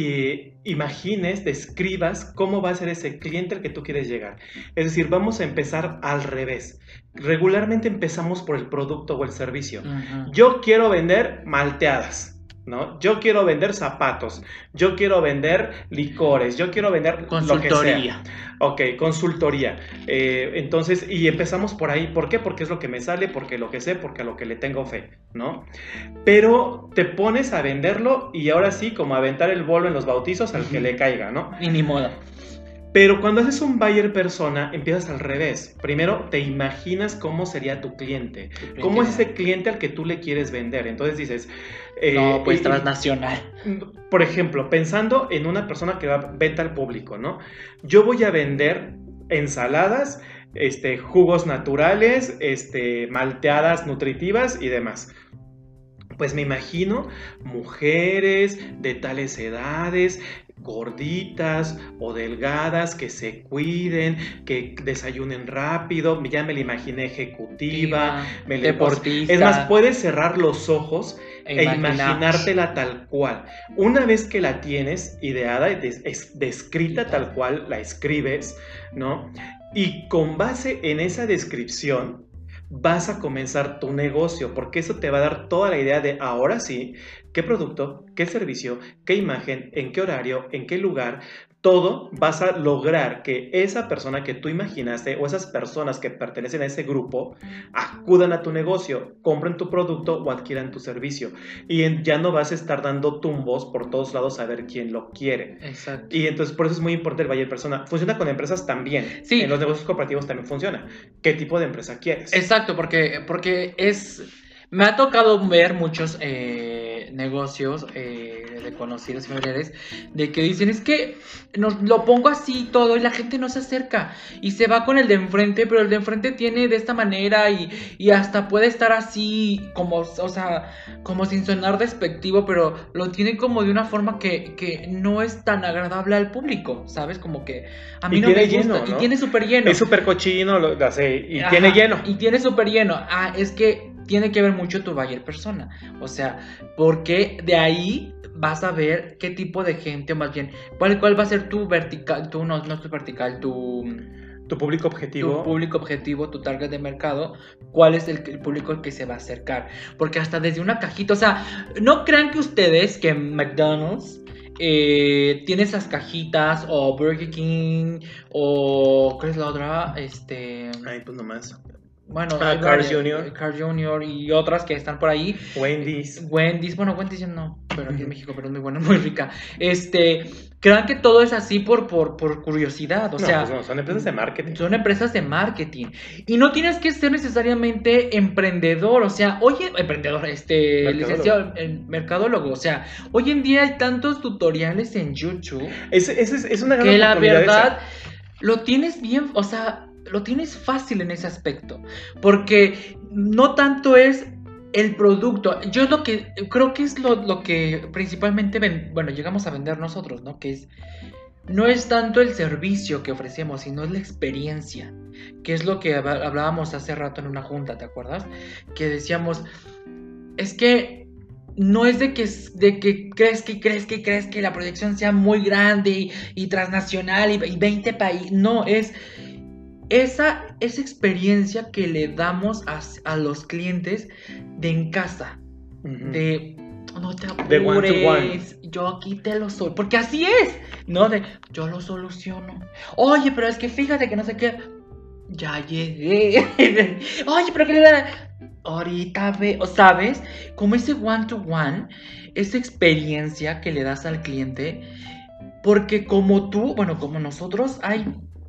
i- imagines, describas cómo va a ser ese cliente al que tú quieres llegar. Es decir, vamos a empezar al revés. Regularmente empezamos por el producto o el servicio. Ujú. Yo quiero vender malteadas, ¿no? Yo quiero vender zapatos, yo quiero vender licores, yo quiero vender lo que Consultoría. sea. Ok, consultoría. Eh, entonces, y empezamos por ahí. ¿Por qué? Porque es lo que me sale, porque lo que sé, porque a lo que le tengo fe, ¿no? Pero te pones a venderlo y ahora sí, como a aventar el bolo en los bautizos al que Ujú. le caiga, ¿no? Y ni modo. Pero cuando haces un buyer persona, empiezas al revés. Primero te imaginas cómo sería tu cliente. ¿Cómo es ese cliente al que tú le quieres vender? Entonces dices... eh, No, pues y- transnacional. Por ejemplo, pensando en una persona que va a venta al público, ¿no? Yo voy a vender ensaladas, este, jugos naturales, este, malteadas nutritivas y demás. Pues me imagino mujeres de tales edades, gorditas o delgadas, que se cuiden, que desayunen rápido. Ya me la imaginé ejecutiva, me la- deportista. Es más, puedes cerrar los ojos E e imaginar. imaginártela tal cual. Una vez que la tienes ideada y des- es- descrita tal cual, la escribes, ¿no? Y con base en esa descripción vas a comenzar tu negocio, porque eso te va a dar toda la idea de ahora sí, qué producto, qué servicio, qué imagen, en qué horario, en qué lugar. Todo vas a lograr que esa persona que tú imaginaste o esas personas que pertenecen a ese grupo acudan a tu negocio, compren tu producto o adquieran tu servicio. Y en- ya no vas a estar dando tumbos por todos lados a ver quién lo quiere. Exacto. Y entonces por eso es muy importante el buyer persona. Funciona con empresas también. Sí. En los negocios corporativos también funciona. ¿Qué tipo de empresa quieres? Exacto, porque, porque es... Me ha tocado ver muchos eh, negocios eh, de conocidos y familiares de que dicen, es que nos lo pongo así todo y la gente no se acerca y se va con el de enfrente, pero el de enfrente tiene de esta manera y, y hasta puede estar así como, o sea, como sin sonar despectivo, pero lo tiene como de una forma que, que no es tan agradable al público, ¿sabes? Como que a mí Y no tiene me gusta. lleno, Y ¿no? tiene súper lleno. Es súper cochino, lo, lo sé, y Ajá, tiene lleno. Y tiene súper lleno. Ah, es que tiene que ver mucho tu buyer persona. O sea, porque de ahí vas a ver qué tipo de gente, o más bien, cuál, cuál va a ser tu vertical, tu, no, no tu vertical, tu, Tu público tu objetivo. público objetivo, tu target de mercado, cuál es el, el público al que se va a acercar. Porque hasta desde una cajita, o sea, no crean que ustedes que McDonald's eh, tiene esas cajitas, o Burger King, o ¿cuál es la otra? Este... Ay, pues nomás. Bueno, Ah, hay Carl's varias, junior eh, Carl's junior y otras que están por ahí. Wendy's. Wendy's, bueno, Wendy's ya no, pero aquí en Ujú. México, pero es muy buena, muy rica. Este, crean que todo es así por, por, por curiosidad, o no, sea, pues no, son empresas de marketing. son empresas de marketing. Y no tienes que ser necesariamente emprendedor, o sea, oye, emprendedor, este, Mercadólogo. licenciado en mercadólogo, o sea, hoy en día hay tantos tutoriales en YouTube Es, es, es, es una gran que la oportunidad verdad lo tienes bien, o sea, lo tienes fácil en ese aspecto, porque no tanto es el producto. Yo es lo que creo que es lo, lo que principalmente ven, bueno, llegamos a vender nosotros, ¿no? Que es no es tanto el servicio que ofrecemos, sino es la experiencia, que es lo que hab- hablábamos hace rato en una junta, ¿te acuerdas? Que decíamos, es que no es de que, de que crees que crees que crees que la proyección sea muy grande y, y transnacional y, y veinte países, no, es esa, esa experiencia que le damos a, a los clientes de en casa, Ujú. de no te De one to one. apures, yo aquí te lo soy, porque así es, ¿no? De yo lo soluciono. Oye, pero es que fíjate que no sé qué, ya llegué. Oye, pero que le da, ahorita ve, o sabes, como ese one to one, esa experiencia que le das al cliente, porque como tú, bueno, como nosotros hay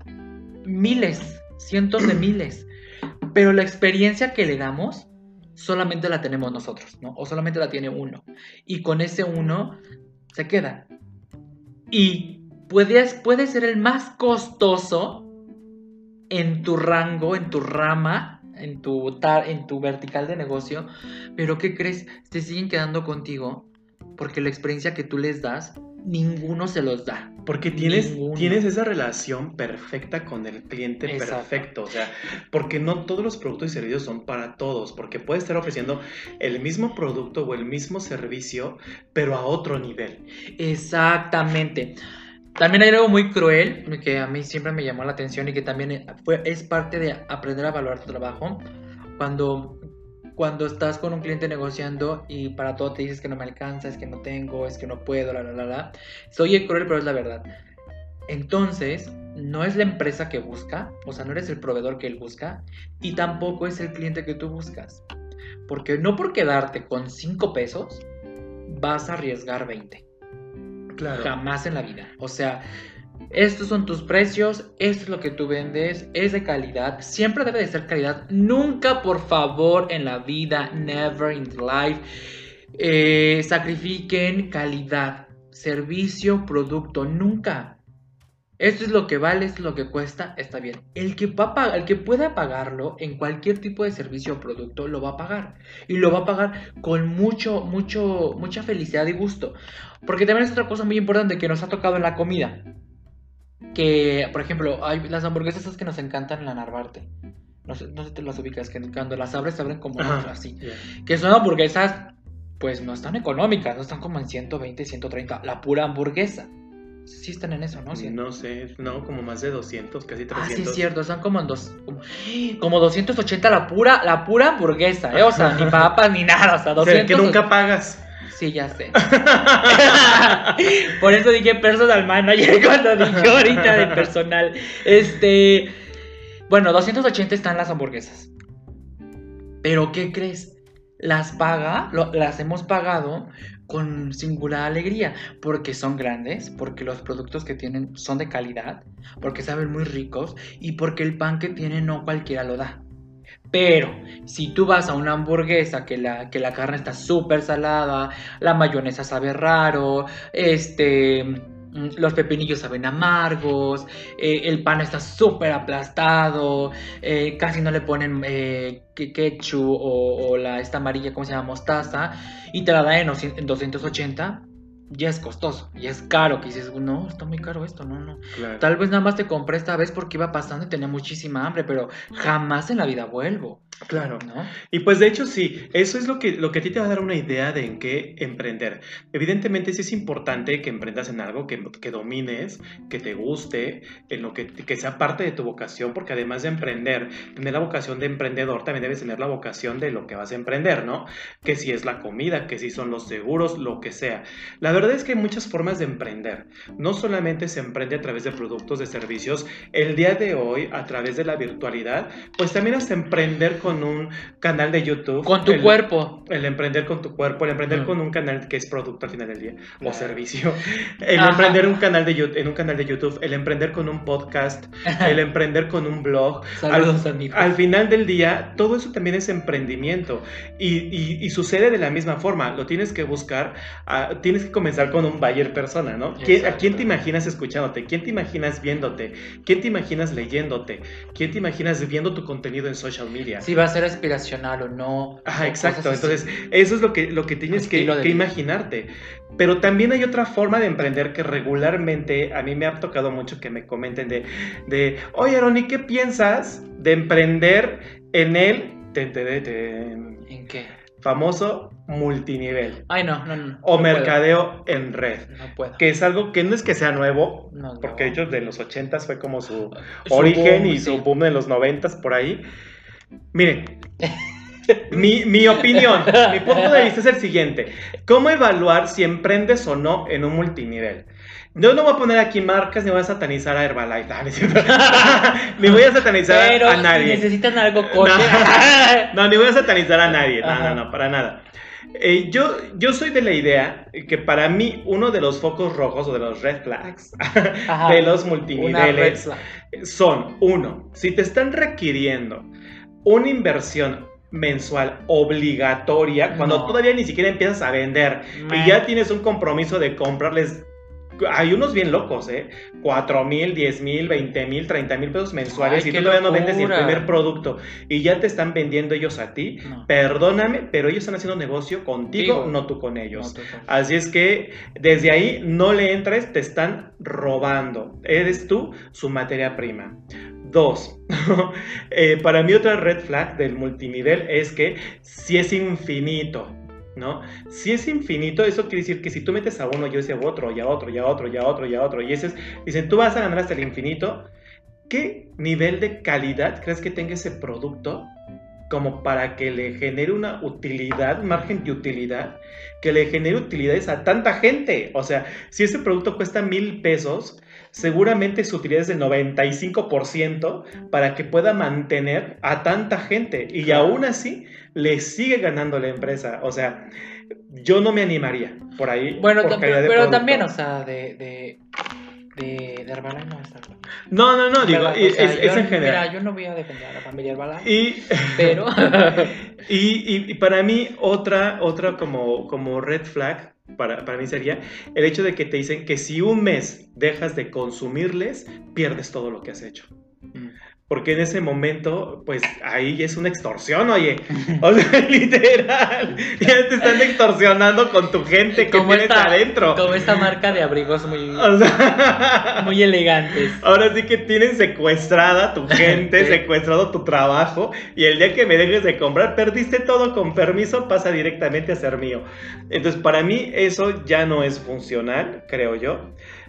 miles, cientos de miles, pero la experiencia que le damos solamente la tenemos nosotros, ¿no? O solamente la tiene uno. Y con ese uno se queda. Y puede, puede ser el más costoso en tu rango, en tu rama, en tu, tar, en tu vertical de negocio, pero ¿qué crees? Se siguen quedando contigo porque la experiencia que tú les das, ninguno se los da. Porque tienes, Ninguno. tienes esa relación perfecta con el cliente. Exacto. Perfecto, o sea, porque no todos los productos y servicios son para todos, porque puedes estar ofreciendo el mismo producto o el mismo servicio, pero a otro nivel. Exactamente. También hay algo muy cruel que a mí siempre me llamó la atención y que también fue, es parte de aprender a valorar tu trabajo. Cuando... Cuando estás con un cliente negociando y para todo te dices que no me alcanza, es que no tengo, es que no puedo, la, la, la, la. Soy cruel, pero es la verdad. Entonces, no es la empresa que busca, o sea, no eres el proveedor que él busca, y tampoco es el cliente que tú buscas. Porque no por quedarte con cinco pesos, vas a arriesgar veinte. Claro. Jamás en la vida. O sea... Estos son tus precios, esto es lo que tú vendes, es de calidad, siempre debe de ser calidad, nunca por favor en la vida, never in life, eh, sacrifiquen calidad, servicio, producto, nunca. Esto es lo que vale, esto es lo que cuesta, está bien. El que, va a, el que pueda pagarlo en cualquier tipo de servicio o producto, lo va a pagar. Y lo va a pagar con mucho, mucho, mucha felicidad y gusto. Porque también es otra cosa muy importante que nos ha tocado en la comida. Que, por ejemplo, hay las hamburguesas esas que nos encantan en la Narvarte. No sé, no sé si te las ubicas, que cuando las abres se abren como Ajá, así. yeah. Que son hamburguesas, pues no están económicas, no están como en ciento veinte, ciento treinta. La pura hamburguesa. Sí están en eso, ¿no? ¿Sí? No sé, no, como más de doscientos, casi trescientos. Ah, sí, es cierto, están como en dos, como, como doscientos ochenta la pura, la pura hamburguesa, ¿eh? O sea, ni papas ni nada, o sea, doscientos. O sea, que nunca pagas. Sí, ya sé. Por eso dije personal manager cuando dije ahorita de personal. Este, bueno, doscientos ochenta están las hamburguesas. Pero ¿qué crees? Las paga, lo, las hemos pagado con singular alegría, porque son grandes, porque los productos que tienen son de calidad, porque saben muy ricos y porque el pan que tienen no cualquiera lo da. Pero si tú vas a una hamburguesa que la, que la carne está súper salada, la mayonesa sabe raro, este, los pepinillos saben amargos, eh, el pan está súper aplastado, eh, casi no le ponen eh, ketchup o, o la esta amarilla, ¿cómo se llama? Mostaza, y te la dan en doscientos ochenta, ya es costoso, ya es caro, que dices, no, está muy caro esto, no, no. Claro. Tal vez nada más te compré esta vez porque iba pasando y tenía muchísima hambre, pero jamás en la vida vuelvo. Claro, ¿no? Y pues de hecho sí, eso es lo que, lo que a ti te va a dar una idea de en qué emprender. Evidentemente sí es importante que emprendas en algo que, que domines, que te guste, en lo que, que sea parte de tu vocación, porque además de emprender, tener la vocación de emprendedor, también debes tener la vocación de lo que vas a emprender, ¿no? Que si es la comida, que si son los seguros, lo que sea. La verdad es que hay muchas formas de emprender. No solamente se emprende a través de productos, de servicios. El día de hoy, a través de la virtualidad, pues también hasta emprender con un canal de YouTube. Con tu el, cuerpo. El emprender con tu cuerpo, el emprender mm. con un canal que es producto al final del día, claro. o servicio. El Ajá. emprender un canal de, en un canal de YouTube, el emprender con un podcast, el emprender con un blog. Saludos, al, amigos. Al final del día, todo eso también es emprendimiento. Y, y, y sucede de la misma forma. Lo tienes que buscar, uh, tienes que comenzar con un buyer persona, ¿no? ¿Quién, ¿A quién te imaginas escuchándote? ¿Quién te imaginas viéndote? ¿Quién te imaginas leyéndote? ¿Quién te imaginas viendo tu contenido en social media? Si va a ser aspiracional o no. Ajá, exacto. Entonces, eso es lo que, lo que tienes que, que imaginarte. Pero también hay otra forma de emprender que regularmente a mí me ha tocado mucho que me comenten de, de oye, Ronnie, ¿qué piensas de emprender en el... Ten, ten, ten, ¿En qué? Famoso multinivel. Ay, no, no, no. O no mercadeo puedo. En red. No puedo. Que es algo que no es que sea nuevo, no, no. porque de hecho de los ochentas fue como su, su origen boom, y sí. su boom de los noventas por ahí. Miren, mi, mi opinión, mi punto de vista es el siguiente. ¿Cómo evaluar si emprendes o no en un multinivel? Yo no voy a poner aquí marcas ni voy a satanizar a Herbalife. Ni voy a satanizar Pero a nadie. Si necesitan algo con... No, no, ni voy a satanizar a nadie. No, no, no, para nada. Eh, yo, yo soy de la idea que para mí uno de los focos rojos o de los red flags Ajá, de los multiniveles son, uno, si te están requiriendo una inversión mensual obligatoria, cuando no. todavía ni siquiera empiezas a vender Man. y ya tienes un compromiso de comprarles Hay unos bien locos, ¿eh? cuatro mil, diez mil, veinte mil, treinta mil pesos mensuales. Ay, y qué tú todavía no vendes el locura. primer producto y ya te están vendiendo ellos a ti. No. Perdóname, pero ellos están haciendo negocio contigo, Digo, no tú con ellos. no, tú con- Así es que desde ahí no le entres, te están robando. Eres tú su materia prima. Dos, eh, para mí otra red flag del multinivel es que si es infinito. ¿No? Si es infinito, eso quiere decir que si tú metes a uno, yo decía a otro, y a otro, y a otro, y a otro, y a otro, y ese es, dicen, tú vas a ganar hasta el infinito, ¿qué nivel de calidad crees que tenga ese producto como para que le genere una utilidad, un margen de utilidad, que le genere utilidades a tanta gente? O sea, si ese producto cuesta mil pesos, seguramente su utilidad es del noventa y cinco por ciento para que pueda mantener a tanta gente y aún así le sigue ganando la empresa. O sea, yo no me animaría por ahí. Bueno, por tam- calidad de pero producto. también, o sea, de... de... De, de Herbalife no está bien. No, no, no, digo, ¿Verdad? O es, sea, es yo- en general. Mira, yo no voy a defender a la familia Herbalife, Y, pero... y, y- y para mí, otra, otra como, como red flag, para, para mí sería el hecho de que te dicen que si un mes dejas de consumirles, pierdes todo lo que has hecho. Porque en ese momento, pues ahí ya es una extorsión, oye. O sea, literal. Ya te están extorsionando con tu gente que Como tienes esta- adentro. Como esta marca de abrigos muy, O sea, muy elegantes. ahora sí que tienen secuestrada tu gente, Sí. secuestrado tu trabajo. Y el día que me dejes de comprar, perdiste todo, con permiso, pasa directamente a ser mío. Entonces, para mí, eso ya no es funcional, creo yo.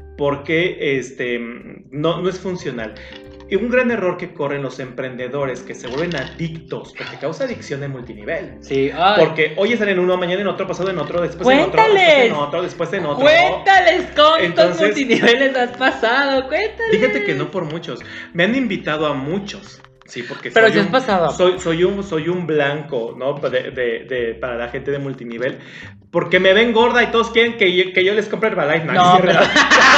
Porque este, no, no es funcional. Y un gran error que corren los emprendedores que se vuelven adictos, porque causa adicción en multinivel. Sí, ay. Porque hoy están en uno, mañana en otro, pasado en otro, después en otro, ¡Cuéntales! después en otro, después en otro. Cuéntales cuántos Entonces- multiniveles has pasado, cuéntales. Fíjate que no por muchos. Me han invitado a muchos. Sí, porque Pero soy, si has un, pasado. soy, soy, un, soy un blanco, ¿no? De, de, de, para la gente de multinivel. Porque me ven gorda y todos quieren que yo, que yo les compre Herbalife. No, No, es cierto.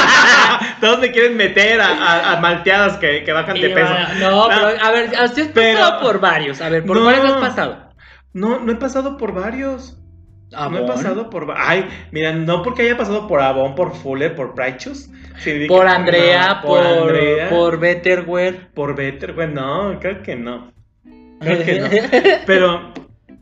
Todos me quieren meter a, a, a malteadas que, que bajan de Y, peso. No, No, pero a ver, así has pero- pasado por varios. A ver, ¿por No. cuáles has pasado? No, no he pasado por varios. No he Avon, pasado por... va- Ay, mira, no porque haya pasado por Avon, por Fuller, por Righteous. Sí, por que- Andrea, no, por, Andrea, por Betterware. por Better, güey, no, creo que no. Creo que no. Pero,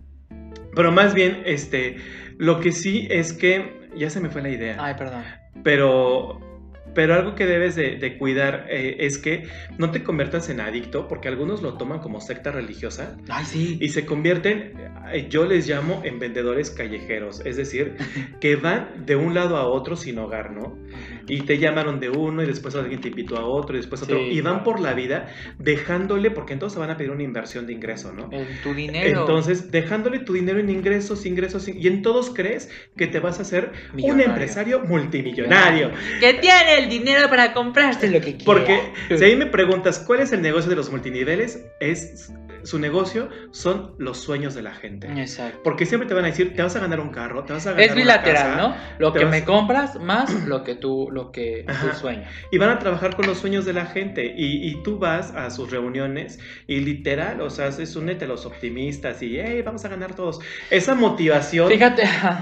pero más bien, este, lo que sí es que, ya se me fue la idea, Ay, perdón. pero, pero algo que debes de, de cuidar eh, es que no te conviertas en adicto, porque algunos lo toman como secta religiosa Ay, sí. y se convierten, eh, yo les llamo en vendedores callejeros, es decir, que van de un lado a otro sin hogar, ¿no? Y te llamaron de uno y después alguien te invitó a otro y después a otro. Sí, y van claro. por la vida dejándole, porque entonces van a pedir una inversión de ingreso, ¿no? En tu dinero. Entonces, dejándole tu dinero en ingresos, ingresos, y en todos crees que te vas a hacer un Millonario. empresario multimillonario. Que tiene el dinero para comprarse lo que quiera. Porque si ahí me preguntas cuál es el negocio de los multiniveles, es su negocio son los sueños de la gente. Exacto. Porque siempre te van a decir, te vas a ganar un carro, te vas a ganar Es una bilateral, casa, ¿no? Lo te que vas- me compras más lo que tú, lo que Ajá. tú sueñas. Y van a trabajar con los sueños de la gente. Y, y tú vas a sus reuniones y literal, o sea, es únete a los optimistas y, hey, vamos a ganar todos. Esa motivación Fíjate,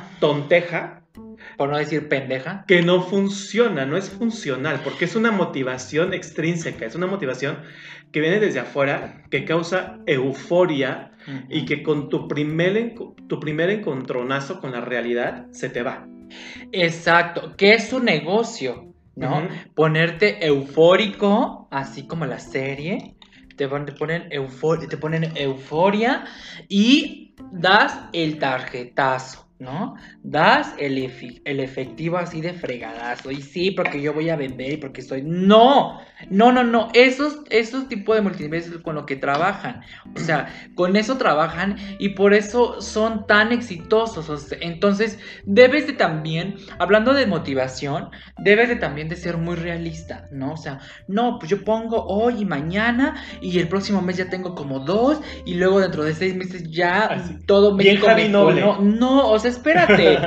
tonteja por no decir pendeja. que no funciona, no es funcional, porque es una motivación extrínseca, es una motivación que viene desde afuera, que causa euforia y que con tu primer, enco- tu primer encontronazo con la realidad se te va. Exacto, que es un negocio, ¿no? Ujú. Ponerte eufórico, así como la serie, te, pon- te ponen eufor- te ponen euforia y das el tarjetazo, ¿no? Das el, efi- el efectivo así de fregadazo. Y sí, porque yo voy a vender y porque soy... ¡No! No, no, no. Esos, esos tipos de multiniveles es con lo que trabajan. O sea, con eso trabajan y por eso son tan exitosos. O sea, entonces, debes de también, hablando de motivación, debes de también de ser muy realista, ¿no? O sea, no, pues yo pongo hoy y mañana y el próximo mes ya tengo como dos y luego dentro de seis meses ya Así. todo Bien México Javi me Noble. cono- No, o sea, espérate.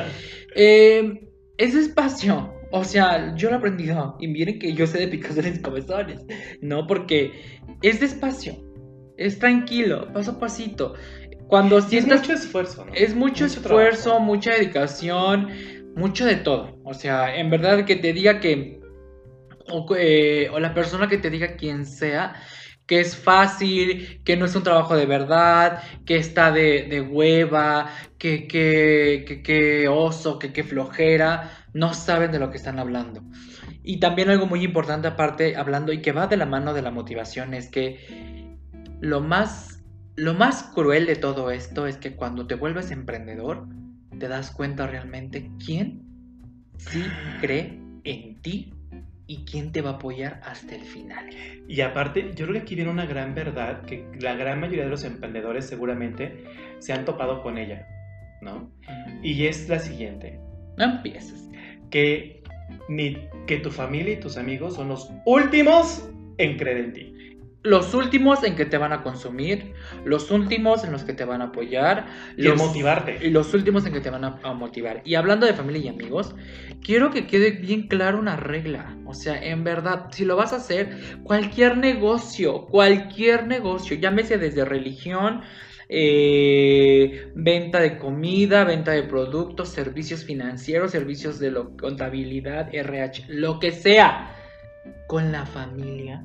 eh, es despacio. O sea, yo lo he aprendido. Y miren que yo sé de picazones y comezones. No, porque es despacio. Es tranquilo, paso a pasito. Cuando Y es sientas... mucho esfuerzo, ¿no? Es mucho, Mucho esfuerzo, trabajo. mucha dedicación. mucho de todo. O sea, en verdad que te diga que, o, eh, o la persona que te diga quien sea, que es fácil, que no es un trabajo de verdad, que está de, de hueva, que, que, que, que oso, que, que flojera, no saben de lo que están hablando. Y también algo muy importante aparte, hablando y que va de la mano de la motivación, es que lo más, lo más cruel de todo esto es que cuando te vuelves emprendedor, te das cuenta realmente quién sí cree en ti y quién te va a apoyar hasta el final. Y aparte, yo creo que aquí viene una gran verdad, que la gran mayoría de los emprendedores seguramente se han topado con ella, ¿no? Y es la siguiente. No empieces. Que, ni, que tu familia y tus amigos son los últimos en creer en ti. Los últimos en que te van a consumir, los últimos en los que te van a apoyar, Y los, en motivarte. y los últimos en que te van a, a motivar. Y hablando de familia y amigos, quiero que quede bien claro una regla. O sea, en verdad, si lo vas a hacer, cualquier negocio, cualquier negocio, llámese desde religión, eh, venta de comida, venta de productos, servicios financieros, servicios de lo, contabilidad, R H, lo que sea, con la familia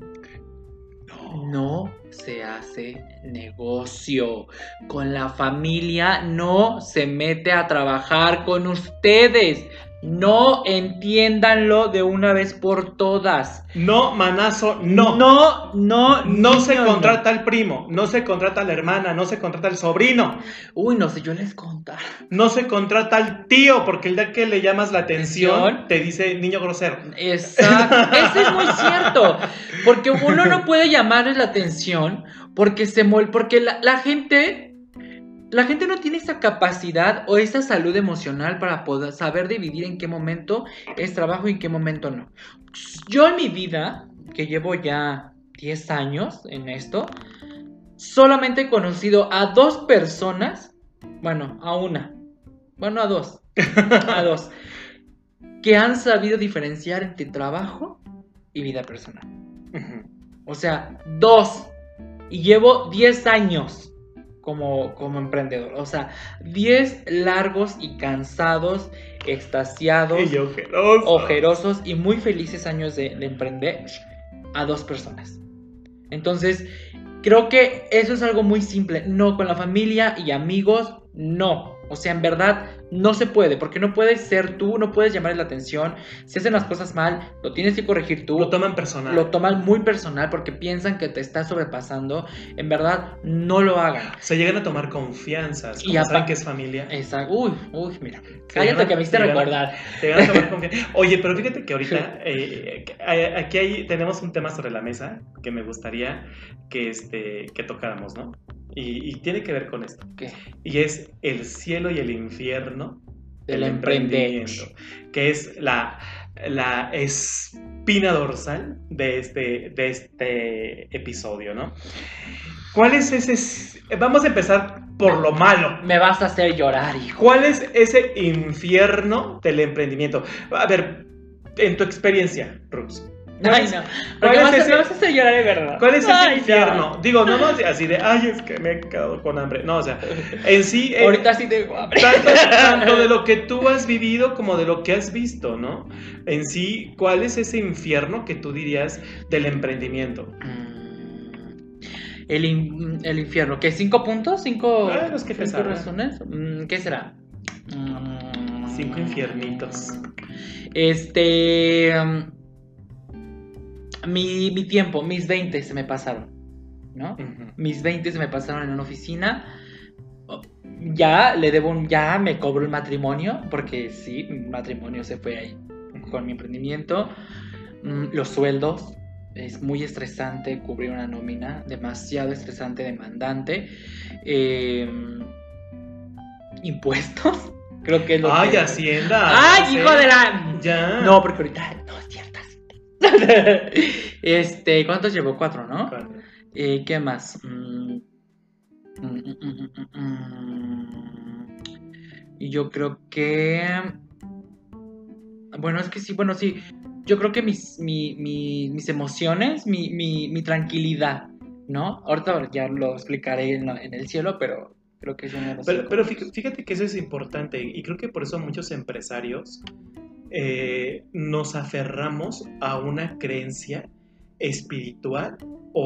no se hace negocio. Con la familia no se mete a trabajar con ustedes. No, entiéndanlo de una vez por todas. No, manazo, no. No, no, No se niño, contrata al primo, no se contrata a la hermana, no se contrata al sobrino, no. Uy, no sé, yo les contar. no se contrata al tío, porque el día que le llamas la atención Atención. te dice niño grosero. Exacto, eso es muy cierto. Porque uno no puede llamarles la atención porque se mol, porque la, la gente. La gente no tiene esa capacidad o esa salud emocional para poder saber dividir en qué momento es trabajo y en qué momento no. Yo en mi vida, que llevo ya diez años en esto, solamente he conocido a dos personas, bueno, a una, bueno, a dos, a dos, que han sabido diferenciar entre trabajo y vida personal. O sea, dos. Y llevo diez años. Como, como emprendedor, o sea, diez largos y cansados, extasiados, Y ojeroso. ojerosos y muy felices años de, de emprender a dos personas. Entonces, creo que eso es algo muy simple. No, con la familia y amigos, no. O sea, en verdad, no se puede, porque no puedes ser tú, no puedes llamarles la atención. Si hacen las cosas mal, lo tienes que corregir tú. Lo toman personal. Lo toman muy personal porque piensan que te estás sobrepasando. En verdad, no lo hagan. Se llegan a tomar confianzas, como Y apa- saben que es familia. Exacto. Uy, uy, mira. Se Cállate llaman- que me hiciste se llaman- recordar. Se llegan a tomar confianza. Oye, pero fíjate que ahorita eh, eh, aquí hay, tenemos un tema sobre la mesa que me gustaría que, este, que tocáramos, ¿no? Y, y tiene que ver con esto. ¿Qué? Y es el cielo y el infierno Del del emprender. emprendimiento, que es la, la espina dorsal de este, de este episodio, ¿no? ¿Cuál es ese? Vamos a empezar por lo malo. Me vas a hacer llorar, hijo. ¿Cuál es ese infierno del emprendimiento? A ver, en tu experiencia, Rux. ¿Cuál Ay, es- no. ¿Cuál Porque es vas a- ese- me vas a hacer llorar de verdad. ¿Cuál es ese Ay, infierno? Digo, no más así de, ay, es que me he quedado con hambre. No, o sea, en sí. no. eh, Ahorita sí tengo hambre. Tanto, tanto de lo que tú has vivido como de lo que has visto, ¿no? En sí, ¿cuál es ese infierno que tú dirías del emprendimiento? Mm, El, in- el infierno. ¿Qué? ¿Cinco puntos? ¿Cinco, Ah, los que te cinco salgan. razones? Mm, ¿Qué será? Mm, Cinco infiernitos. Este. mm, Mi, mi tiempo, mis veinte se me pasaron, ¿no? Ujú. Mis veinte se me pasaron en una oficina. Oh, Ya le debo un, ya me cobro el matrimonio, porque sí, mi matrimonio se fue ahí con mi emprendimiento. Mm, Los sueldos, es muy estresante cubrir una nómina, demasiado estresante, demandante. Eh, impuestos, creo que es lo Ay, que... Hacienda. ¡Ay, no sé. hijo de la! Ya. No, porque ahorita no es cierto. Este, ¿cuántos llevo? Cuatro, ¿no? Claro. Eh, ¿Qué más? Mm, mm, mm, mm, mm, mm. Y yo creo que. Bueno, es que sí, bueno, sí. Yo creo que mis, mi- mi- mis emociones, mi, mi- mi tranquilidad, ¿no? Ahorita ya lo explicaré en, la- en el cielo, pero Creo que es uno de los Pero, cinco pero puntos. fí- fíjate que eso es importante y creo que por eso muchos empresarios eh, nos aferramos a una creencia espiritual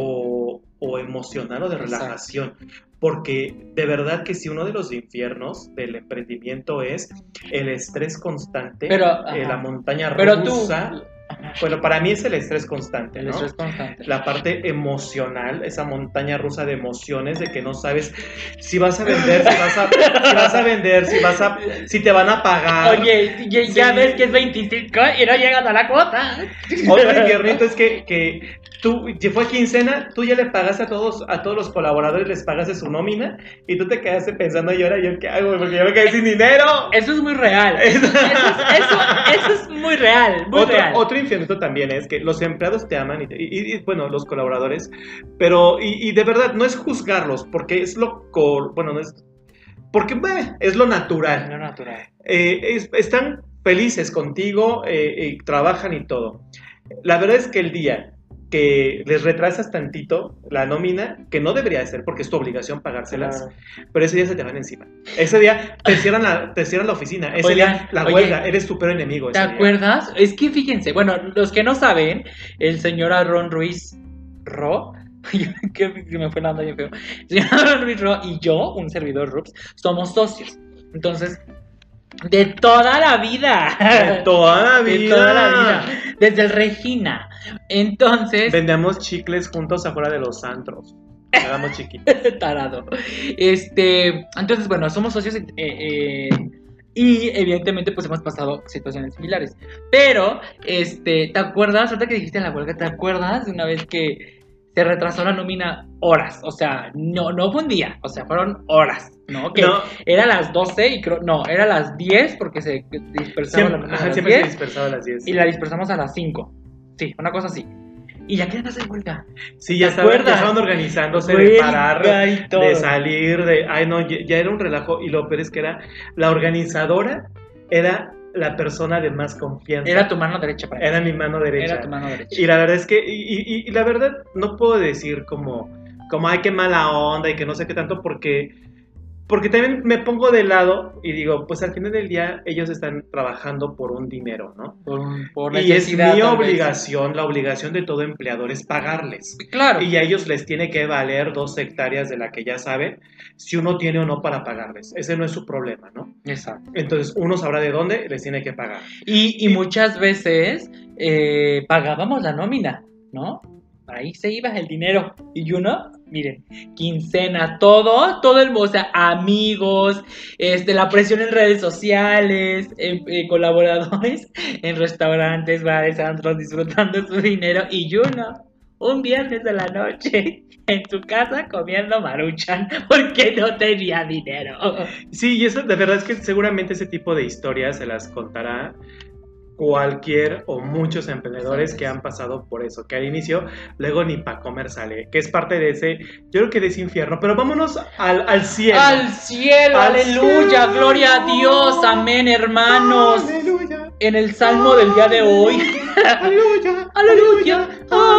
o, o emocional o de Exacto. relajación. Porque de verdad que si uno de los infiernos del emprendimiento es el estrés constante, Pero, eh, ajá. la montaña Pero tú, rusa, bueno, para mí es el estrés constante, el ¿no? estrés constante. La parte emocional, esa montaña rusa de emociones, de que no sabes si vas a vender, si vas a, si vas a vender, si vas a, si te van a pagar. Oye, ya, ya Sí. ves que es veinticinco y no llegas a la cuota. Otro infiernito es que, que tú, si fue quincena, tú ya le pagaste a todos, a todos los colaboradores, les pagaste su nómina y tú te quedaste pensando, ¿y ahora yo qué hago? Porque yo me quedé sin dinero. Eso es muy real. Eso, es- eso, eso es muy real, muy Otro, real. otro infiernito también es que los empleados te aman y, y- y, bueno, los colaboradores, pero y, y de verdad no es juzgarlos porque es lo cor- bueno, no es porque bah, es lo natural. Lo natural. Eh, es- están felices contigo, eh, y trabajan y todo. La verdad es que el día que les retrasas tantito la nómina, que no debería de ser porque es tu obligación pagárselas, Claro. pero ese día se te van encima. Ese día te cierran la, te cierran la oficina. Ese Oigan, día la oye, huelga, eres tu peor enemigo. ¿Te ese día. acuerdas? Es que fíjense, bueno, los que no saben, el señor Aaron Ruiz Ro, que me fue la onda bien feo. El señor Aaron Ruiz Ro y yo, un servidor Rups, somos socios. Entonces, de toda la vida. De toda la vida. De toda la vida. Desde el Regina. Entonces. Vendíamos chicles juntos afuera de los antros. Éramos chiquitos. Tarado. Este. Entonces, bueno, somos socios. Eh, eh, y evidentemente, pues hemos pasado situaciones similares. Pero, este, ¿te acuerdas? Ahorita que dijiste en la huelga, ¿te acuerdas de una vez que se retrasó la nómina horas? O sea, no, no fue un día, o sea, fueron horas, ¿no? Que No. era a las doce y creo, no, era a las diez porque se dispersaba la Siempre, nómina a ajá, las siempre se diez dispersaba a las diez. y la dispersamos a las cinco. Sí, una cosa así. Y ya quedan de huelga. Sí, ya ¿te estaban, ya acuerdas? estaban organizándose de Huelga parar, y todo. de salir, de... Ay, no, ya, ya era un relajo. Y lo peor es que era... La organizadora era la persona de más confianza. Era tu mano derecha para Era mi mano derecha. Era tu mano derecha. Y la verdad es que... Y, y- y la verdad no puedo decir como... Como, ay, qué mala onda y que no sé qué tanto porque... Porque también me pongo de lado y digo, pues al final del día ellos están trabajando por un dinero, ¿no? Por, un- por Y es necesidad, mi tal vez. obligación, la obligación de todo empleador es pagarles. Claro. Y a ellos les tiene que valer dos hectáreas de la que ya saben si uno tiene o no para pagarles. Ese no es su problema, ¿no? Exacto. Entonces uno sabrá de dónde les tiene que pagar. Y, y muchas veces eh, pagábamos la nómina, ¿no? Ahí se iba el dinero. Y uno, miren, quincena, todo, todo el, o sea, amigos, este, la presión en redes sociales, eh, eh, colaboradores en restaurantes, bares, antros, disfrutando su dinero. Y uno, un viernes de la noche, en su casa comiendo maruchan porque no tenía dinero. Sí, y eso de verdad es que seguramente ese tipo de historias se las contará cualquier o muchos emprendedores que han pasado por eso, que al inicio luego ni para comer sale, que es parte de ese, yo creo que de ese infierno, pero vámonos al, al cielo. Al cielo, Al aleluya, cielo. gloria a Dios, amén, hermanos. Aleluya. En el salmo del día de hoy. Aleluya. Aleluya,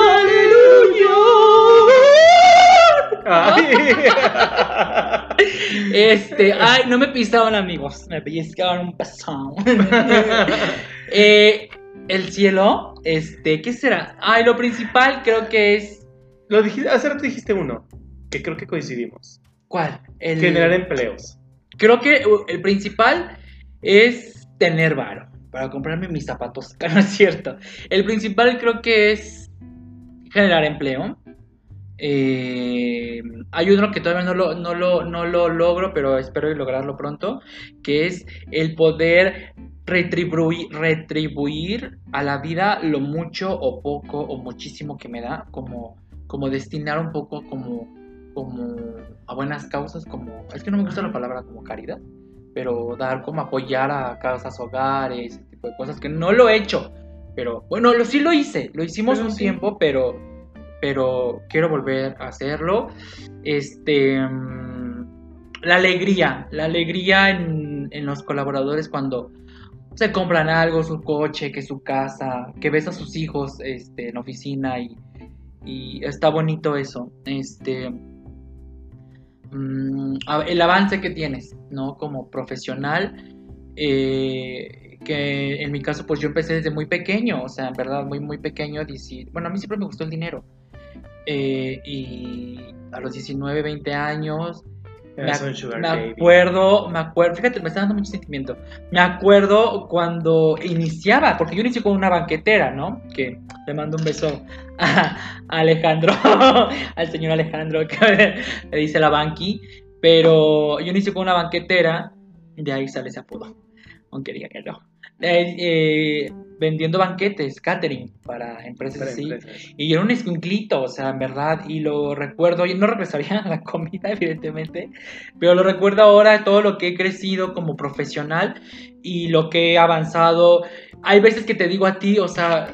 aleluya. Ay. Este, ay, no me pisaban, amigos, me pellizcaban un pasón. eh, el cielo, este, ¿qué será? Ay, lo principal creo que es. Lo dijiste, hace rato dijiste uno, que creo que coincidimos. ¿Cuál? El, Generar empleos. Creo que uh, el principal es tener varo para comprarme mis zapatos. No es cierto. El principal creo que es generar empleo. Eh, hay uno que todavía no lo, no, lo, no lo logro, pero espero lograrlo pronto, que es el poder retribuir, retribuir a la vida lo mucho o poco o muchísimo que me da, como, como destinar un poco como, como a buenas causas, como, es que no me gusta la palabra como caridad, pero dar como apoyar a casas, hogares, ese tipo de cosas que no lo he hecho, pero bueno, lo, sí lo hice, lo hicimos Pero un sí. tiempo, pero pero quiero volver a hacerlo. Este, um, la alegría, la alegría en, en los colaboradores cuando se compran algo, su coche, que su casa, que ves a sus hijos este, en oficina y, y está bonito eso. Este, mm, a- el avance que tienes, ¿no? Como profesional, eh, que en mi caso, pues yo empecé desde muy pequeño, o sea, en verdad, muy, muy pequeño, dieci- bueno, a mí siempre me gustó el dinero, eh, y a los diecinueve, veinte años, me, Eras ac- un sugar me baby. acuerdo, me acuerdo, fíjate, me está dando mucho sentimiento, me acuerdo cuando iniciaba, porque yo inicié con una banquetera, ¿no? Que le mando un beso a Alejandro, al señor Alejandro, que le dice la banqui, pero yo inicié con una banquetera, de ahí sale ese apodo, aunque diga que no. Eh, eh, vendiendo banquetes, catering para empresas Para así. empresas. Y era un escuinclito, o sea, en verdad, y lo recuerdo, y no regresaría a la comida, evidentemente, pero lo recuerdo ahora, todo lo que he crecido como profesional y lo que he avanzado. Hay veces que te digo a ti, o sea,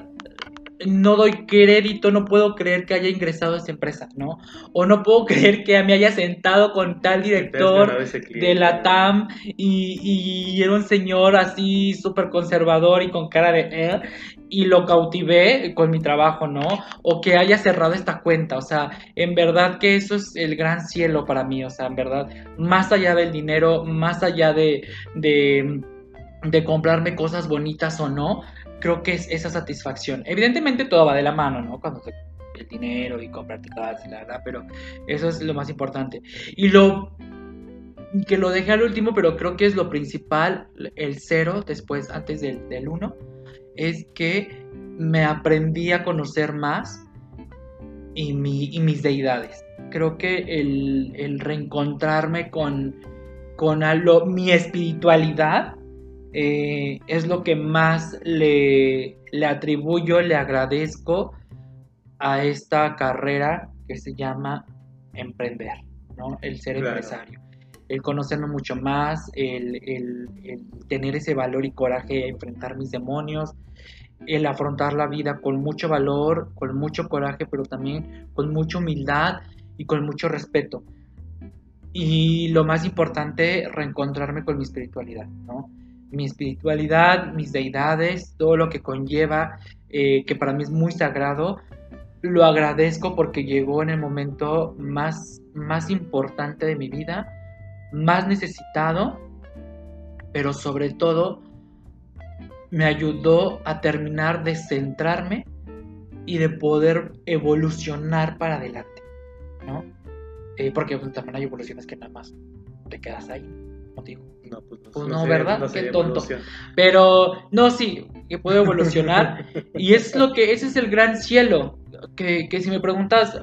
no doy crédito, no puedo creer que haya ingresado a esa empresa, ¿no? O no puedo creer que me haya sentado con tal Que te has director ganado ese de cliente, la ¿no? T A M y, y era un señor así súper conservador y con cara de eh, y lo cautivé con mi trabajo, ¿no? O que haya cerrado esta cuenta, o sea, en verdad que eso es el gran cielo para mí, o sea, en verdad, más allá del dinero, más allá de, de, de comprarme cosas bonitas o no, creo que es esa satisfacción. Evidentemente todo va de la mano, ¿no? Cuando te el dinero y comprarte cosas, la verdad, pero eso es lo más importante. Y lo que lo dejé al último, pero creo que es lo principal, el cero, después, antes del, del uno, es que me aprendí a conocer más y, mi, y mis deidades. Creo que el, el reencontrarme con, con algo, mi espiritualidad, eh, es lo que más le, le atribuyo, le agradezco a esta carrera que se llama emprender, ¿no? El ser Claro. empresario, el conocerme mucho más, el, el, el tener ese valor y coraje a enfrentar mis demonios, el afrontar la vida con mucho valor, con mucho coraje, pero también con mucha humildad y con mucho respeto. Y lo más importante, reencontrarme con mi espiritualidad, ¿no? Mi espiritualidad, mis deidades, todo lo que conlleva, eh, que para mí es muy sagrado, lo agradezco porque llegó en el momento más, más importante de mi vida, más necesitado, pero sobre todo me ayudó a terminar de centrarme y de poder evolucionar para adelante, ¿no? Eh, porque pues, también hay evoluciones que nada más te quedas ahí, no digo. No, pues no, Pues no no, sería- ¿verdad? no Qué sería tonto. evolución. Pero no, sí, que puedo evolucionar. Y es lo que, ese es el gran cielo. Que, que si me preguntas,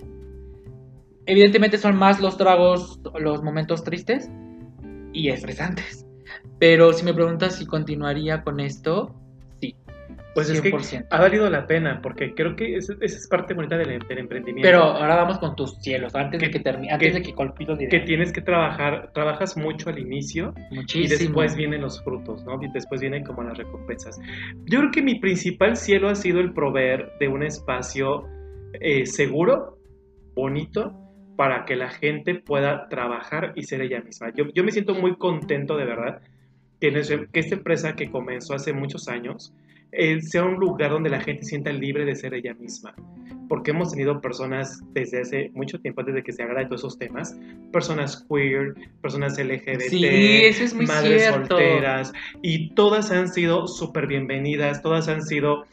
evidentemente son más los tragos, los momentos tristes y estresantes. Pero si me preguntas si continuaría con esto, sí, Pues es cien que por ciento. ha valido la pena, porque creo que esa, esa es parte bonita del, del emprendimiento. Pero ahora vamos con tus cielos, antes de Que- que termine, antes que- de que colpito el que video. tienes que trabajar, trabajas mucho al inicio y Muchísimo. después vienen los frutos, ¿no? Y después vienen como las recompensas. Yo creo que mi principal cielo ha sido el proveer de un espacio eh, seguro, bonito, para que la gente pueda trabajar y ser ella misma. Yo, yo me siento muy contento de verdad que, en ese- que esta empresa que comenzó hace muchos años eh, sea un lugar donde la gente sienta libre de ser ella misma. Porque hemos tenido personas desde hace mucho tiempo, desde que se habla de todos esos temas, personas queer, personas L G B T, Sí, eso es muy madres cierto. solteras, y todas han sido súper bienvenidas, todas han sido,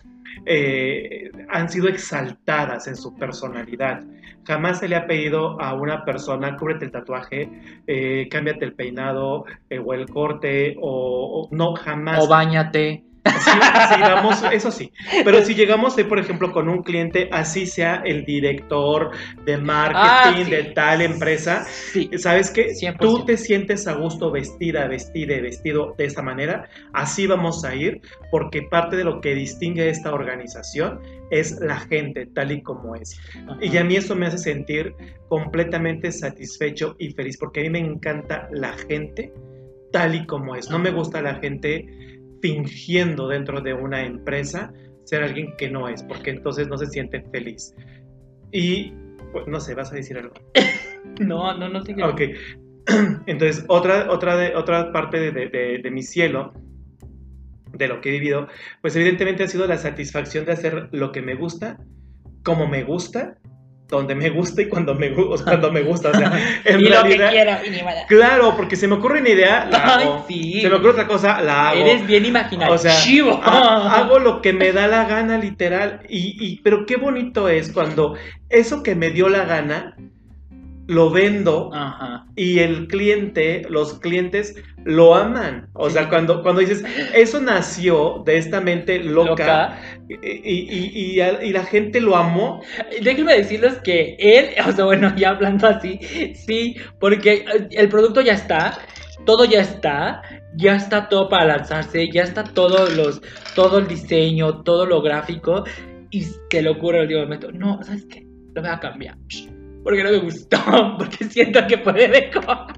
eh, han sido exaltadas en su personalidad. Jamás se le ha pedido a una persona, cúbrete el tatuaje, eh, cámbiate el peinado, eh, o el corte, o, o- no, jamás. O báñate. Sí, sí, vamos, eso sí. Pero si llegamos, eh, por ejemplo, con un cliente, así sea el director de marketing Ah, sí. de tal empresa, Sí. ¿sabes qué? cien por Tú ciento. te sientes a gusto vestida, vestida, vestido de esa manera, así vamos a ir, porque parte de lo que distingue a esta organización es la gente tal y como es. Y a mí eso me hace sentir completamente satisfecho y feliz, porque a mí me encanta la gente tal y como es. No me gusta la gente fingiendo dentro de una empresa ser alguien que no es, porque entonces no se siente feliz. Y, pues, no sé, ¿vas a decir algo? No, no, no sigue. Ok. Entonces, otra, otra, de, otra parte de, de, de, de mi cielo, de lo que he vivido, pues evidentemente ha sido la satisfacción de hacer lo que me gusta, como me gusta, donde me gusta y cuando me, gu- o sea, cuando me gusta, o sea, en y lo que realidad, quiera, Minimala. claro, porque se me ocurre una idea, la hago, Ay, sí. se me ocurre otra cosa, la hago. Eres bien imaginativo. O sea, ha- hago lo que me da la gana, literal. Y, y, pero qué bonito es cuando eso que me dio la gana, lo vendo Ajá. y el cliente, los clientes lo aman. O Sí. sea, cuando, cuando dices, eso nació de esta mente loca, Loca. Y, y, y, y, a- y la gente lo amó. Déjenme decirles que él, o sea, bueno, ya hablando así, sí, porque el producto ya está, todo ya está, ya está todo para lanzarse, ya está todo los, todo el diseño, todo lo gráfico, y te lo ocurre el último momento, no, ¿sabes qué? Lo voy a cambiar, porque no me gustó, porque siento que puede mejorar.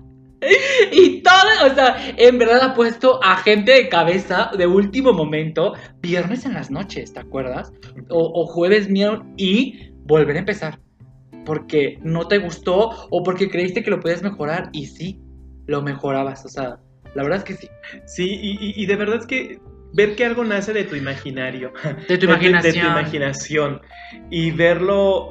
Y todo, o sea, en verdad ha puesto a gente de cabeza de último momento, viernes en las noches, ¿te acuerdas? O, o jueves, miércoles, y volver a empezar. Porque no te gustó o porque creíste que lo podías mejorar, y sí, lo mejorabas, o sea, la verdad es que sí. Sí, y, y, y de verdad es que ver que algo nace de tu imaginario, De tu de, imaginación. de tu imaginación, y verlo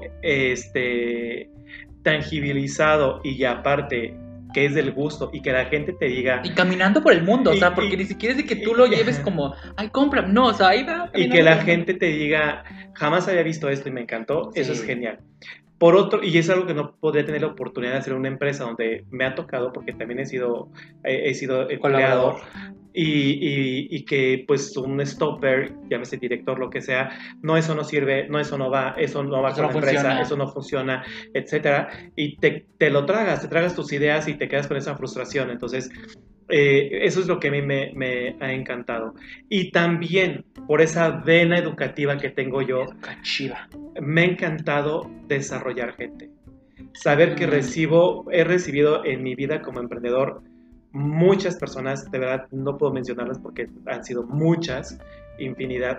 este, tangibilizado y aparte que es del gusto y que la gente te diga Y caminando por el mundo, o Y- sea, porque y- ni siquiera es de que tú lo y- lleves como, ay, compra, no, o sea, ahí va. y que la gente te diga jamás había visto esto y me encantó, Sí. eso es genial. Por otro, y es algo que no podría tener la oportunidad de hacer en una empresa donde me ha tocado porque también he sido he, he sido empleado Colaborador. y, y, y que pues un stopper, llámese director, lo que sea, no, eso no sirve, no, eso no va, eso no va Eso con no la empresa, funciona. eso no funciona, etcétera, y te, te lo tragas, te tragas tus ideas y te quedas con esa frustración. Entonces eh, eso es lo que a mí me, me ha encantado. Y también por esa vena educativa que tengo yo, Chiva. me ha encantado desarrollar gente. Saber que Mm. recibo, he recibido en mi vida como emprendedor muchas personas, de verdad no puedo mencionarlas porque han sido muchas, infinidad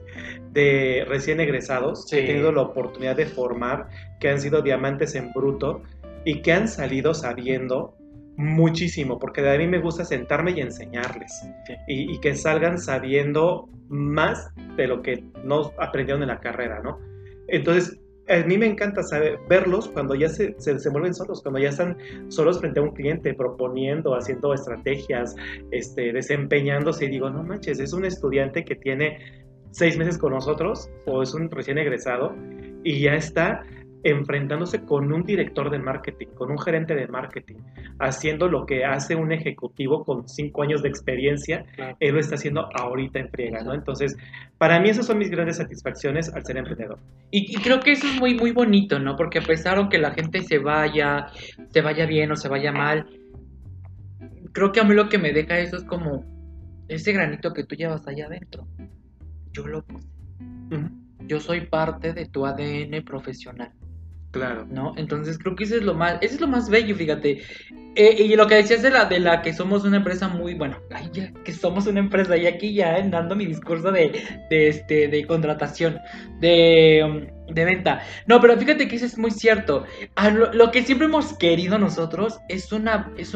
de recién egresados Sí. que he tenido la oportunidad de formar, que han sido diamantes en bruto y que han salido sabiendo muchísimo, porque a mí me gusta sentarme y enseñarles Sí. y, y que salgan sabiendo más de lo que no aprendieron en la carrera, ¿no? Entonces, a mí me encanta saber, verlos cuando ya se, se desenvuelven solos, cuando ya están solos frente a un cliente, proponiendo, haciendo estrategias, este, desempeñándose, y digo, no manches, es un estudiante que tiene seis meses con nosotros, o es un recién egresado, y ya está enfrentándose con un director de marketing, con un gerente de marketing, haciendo lo que hace un ejecutivo con cinco años de experiencia, Claro. él lo está haciendo ahorita en friega, ¿no? Entonces, para mí esas son mis grandes satisfacciones al ser emprendedor. Y, y creo que eso es muy, muy bonito, ¿no? Porque a pesar de que la gente se vaya, se vaya bien o se vaya mal, creo que a mí lo que me deja eso es como ese granito que tú llevas allá adentro. Yo lo puse. Uh-huh. Yo soy parte de tu A D N profesional, Claro. ¿no? Entonces creo que eso es lo más, eso es lo más bello, fíjate. Eh, y lo que decías de la, de la que somos una empresa muy, bueno, ay, ya, que somos una empresa, y aquí ya eh, dando mi discurso de, de, este, de contratación, de, um, de venta. No, pero fíjate que eso es muy cierto. Ah, lo, lo que siempre hemos querido nosotros es una, es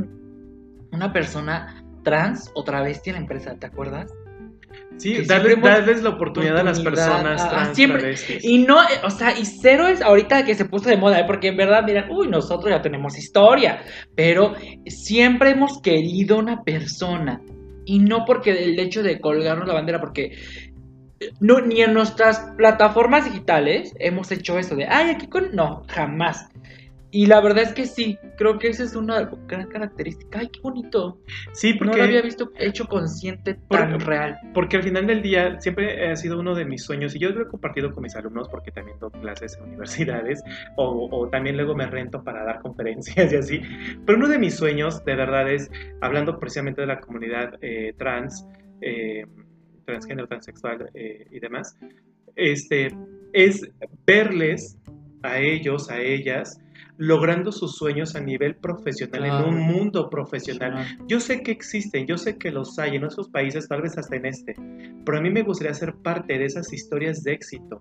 un, una persona trans o travesti en la empresa, ¿te acuerdas? Sí, Que darles, siempre hemos- darles la oportunidad a las oportunidad, personas ah, trans, siempre- travestis. Y no, eh, o sea, y cero es ahorita que se puso de moda, ¿eh? Porque en verdad dirán, uy, nosotros ya tenemos historia, pero siempre hemos querido una persona, y no porque el hecho de colgarnos la bandera, porque eh, no, ni en nuestras plataformas digitales hemos hecho eso de, ay, aquí con... No, jamás. Y la verdad es que sí, creo que esa es una gran característica. Ay, qué bonito. Sí, porque... No lo había visto hecho consciente tan Porque- real. Porque al final del día siempre ha sido uno de mis sueños, y yo lo he compartido con mis alumnos porque también doy clases en universidades, o, o también luego me rento para dar conferencias y así. Pero uno de mis sueños, de verdad, es, hablando precisamente de la comunidad eh, trans, eh, transgénero, transexual eh, y demás, este, es verles a ellos, a ellas, logrando sus sueños a nivel profesional, Claro. en un mundo profesional. Yo sé que existen, yo sé que los hay en otros países, tal vez hasta en este, pero a mí me gustaría ser parte de esas historias de éxito,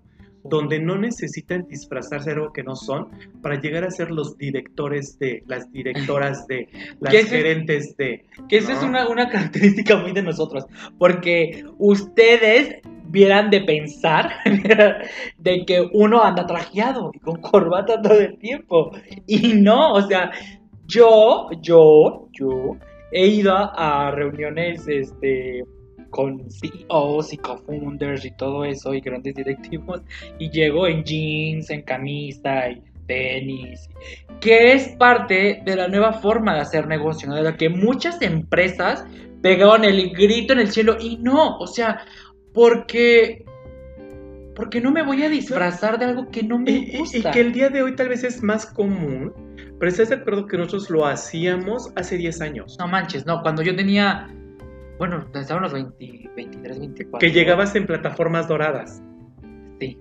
donde no necesitan disfrazarse de algo que no son para llegar a ser los directores de, las directoras de, las Que eso es- gerentes de. Que eso ¿no? es una, una característica muy de nosotros, porque ustedes vieran de pensar de que uno anda trajeado y con corbata todo el tiempo, y no, o sea, yo, yo, yo he ido a, a reuniones, este, con C E Os y co-founders y todo eso, y grandes directivos, y llego en jeans, en camisa y tenis, que es parte de la nueva forma de hacer negocio, ¿no? De la que muchas empresas pegaron el grito en el cielo, y no, o sea, porque porque no me voy a disfrazar de algo que no me Y, y- gusta. y que el día de hoy tal vez es más común, pero ¿estás de acuerdo que nosotros lo hacíamos hace diez años? No manches, no, cuando yo tenía, bueno, estaba en los veinte, veintitrés, veinticuatro. Que llegabas en plataformas doradas. Sí.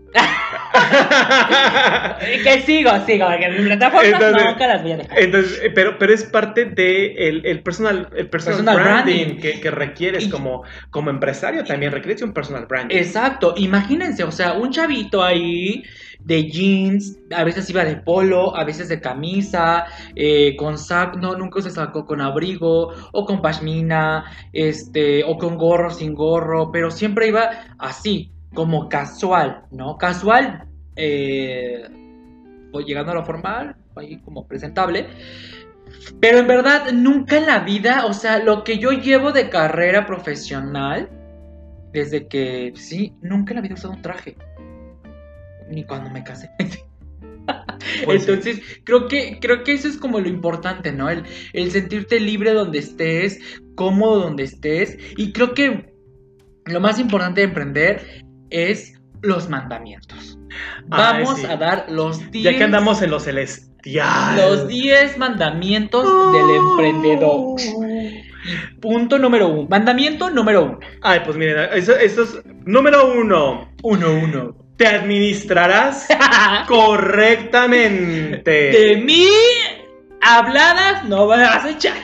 Que sigo, sigo, porque en plataformas Entonces- nunca las voy a dejar. Entonces, eh, pero, pero es parte de el, el personal, el personal, Personal branding, branding. Que, que requieres Y- como, como empresario, también requieres un personal branding. Exacto, imagínense, o sea, un chavito ahí de jeans, a veces iba de polo, a veces de camisa, eh, con sac, no, nunca se sacó con abrigo, o con pashmina, este, o con gorro, sin gorro, pero siempre iba así, como casual, ¿no? Casual, eh, pues llegando a lo formal, ahí como presentable. Pero en verdad, nunca en la vida, o sea, lo que yo llevo de carrera profesional, desde que, sí, nunca en la vida he usado un traje. Ni cuando me casé. Pues Entonces, creo que, creo que eso es como lo importante, ¿no? El, el sentirte libre donde estés, cómodo donde estés. Y creo que lo más importante de emprender es los mandamientos. Ay, Vamos sí. a dar los diez, Ya que andamos en lo celestial. los diez mandamientos del emprendedor. Y punto número uno. Mandamiento número uno. Ay, pues miren, eso, eso es número uno. Uno, uno. Te administrarás correctamente. De mí, habladas no vas a echar.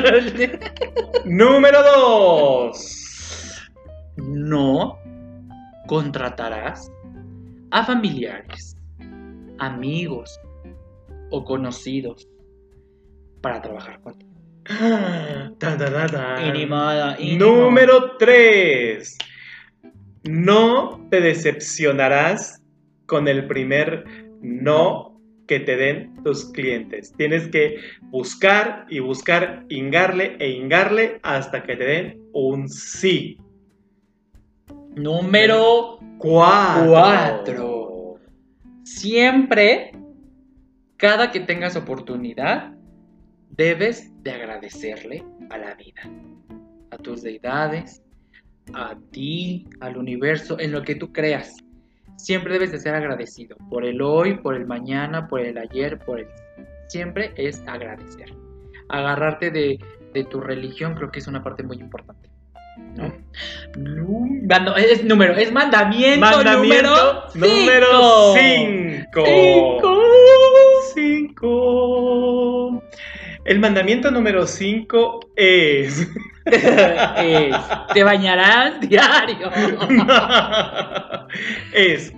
Número dos. No contratarás a familiares, amigos o conocidos para trabajar contigo. Ta, ta, ta, ta. Y ni modo, y ni modo. Número tres. No te decepcionarás con el primer no que te den tus clientes. Tienes que buscar y buscar, hingarle e hingarle hasta que te den un sí. Número Cuatro. Cuatro. Siempre, cada que tengas oportunidad, debes de agradecerle a la vida, a tus deidades, a ti, al universo, en lo que tú creas. Siempre debes de ser agradecido por el hoy, por el mañana, por el ayer, por el... Siempre es agradecer. Agarrarte de, de tu religión creo que es una parte muy importante, ¿no? Nu- mando- es número, es mandamiento, Mandamiento número cinco. Cinco. Cinco. El mandamiento número cinco es... Es, te bañarás diario. es...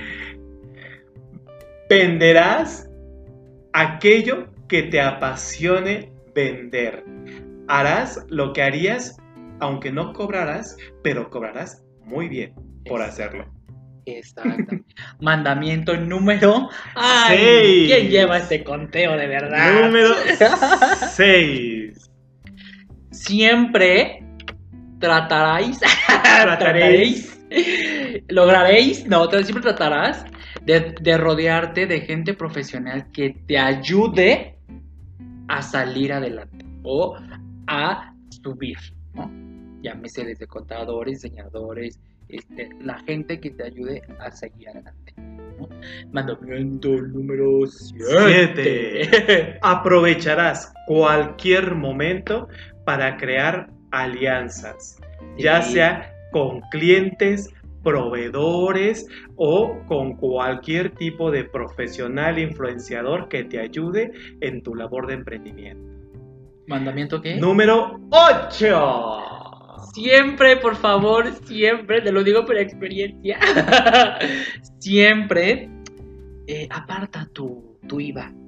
Venderás aquello que te apasione vender. Harás lo que harías aunque no cobrarás, pero cobrarás muy bien por hacerlo. Exacto. Mandamiento número. Ay, Seis. ¿quién lleva este conteo de verdad? Número seis. Siempre trataréis. Trataréis. Lograréis. No, tra- siempre tratarás de, de rodearte de gente profesional que te ayude a salir adelante o a subir, ¿no? Llámese desde contadores, diseñadores, este, la gente que te ayude a seguir adelante, ¿no? Mandamiento número siete. Siete. Aprovecharás cualquier momento para crear alianzas, ya Sí. sea con clientes, proveedores o con cualquier tipo de profesional influenciador que te ayude en tu labor de emprendimiento. ¿Mandamiento qué? Número ocho. siempre, por favor, siempre, te lo digo por experiencia, siempre eh, aparta tu, tu I V A.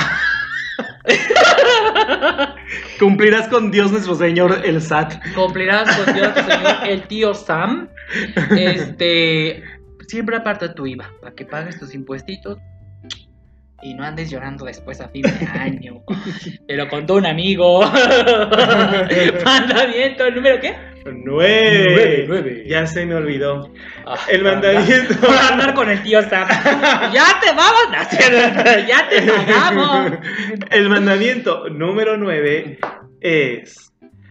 Cumplirás con Dios nuestro Señor, el S A T. Cumplirás con Dios nuestro Señor, el tío Sam. Este, siempre aparta tu I V A para que pagues tus impuestitos y no andes llorando después a fin de año. Te lo contó un amigo. Mandamiento, ¿el número qué? Nueve. Nueve, nueve. Ya se me olvidó. Ah, El mandamiento. Por hablar con el tío Sam. Ya te vamos a hacer, ya te pagamos. El mandamiento número nueve es.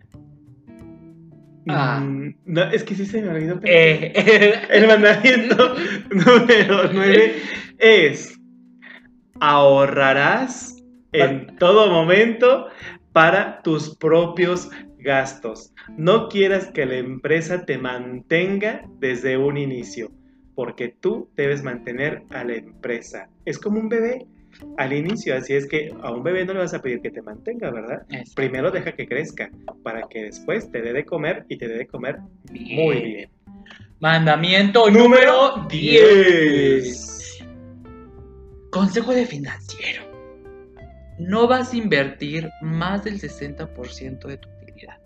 Ah. Mm, no, es que sí se me olvidó. pero- Eh, eh, El mandamiento número nueve es: ahorrarás en todo momento para tus propios gastos. No quieras que la empresa te mantenga desde un inicio, porque tú debes mantener a la empresa. Es como un bebé al inicio, así es que a un bebé no le vas a pedir que te mantenga, ¿verdad? Exacto. Primero deja que crezca, para que después te dé de comer y te dé de comer Bien. muy bien. Mandamiento número diez. Consejo de financiero. No vas a invertir más del sesenta por ciento de tu utilidad.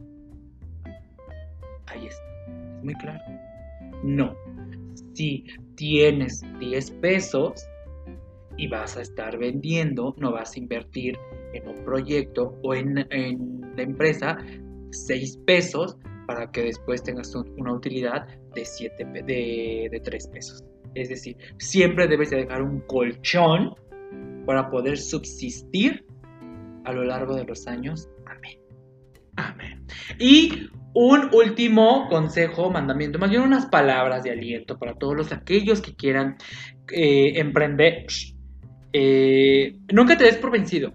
Ahí está. Es muy claro. No. Si tienes diez pesos y vas a estar vendiendo, no vas a invertir en un proyecto o en, en la empresa seis pesos para que después tengas un- una utilidad de, siete, pe- de, de tres pesos. Es decir, siempre debes de dejar un colchón para poder subsistir a lo largo de los años. Amén. Amén. Y un último consejo, mandamiento, más bien unas palabras de aliento para todos los aquellos que quieran eh, emprender. Eh, nunca te des por vencido.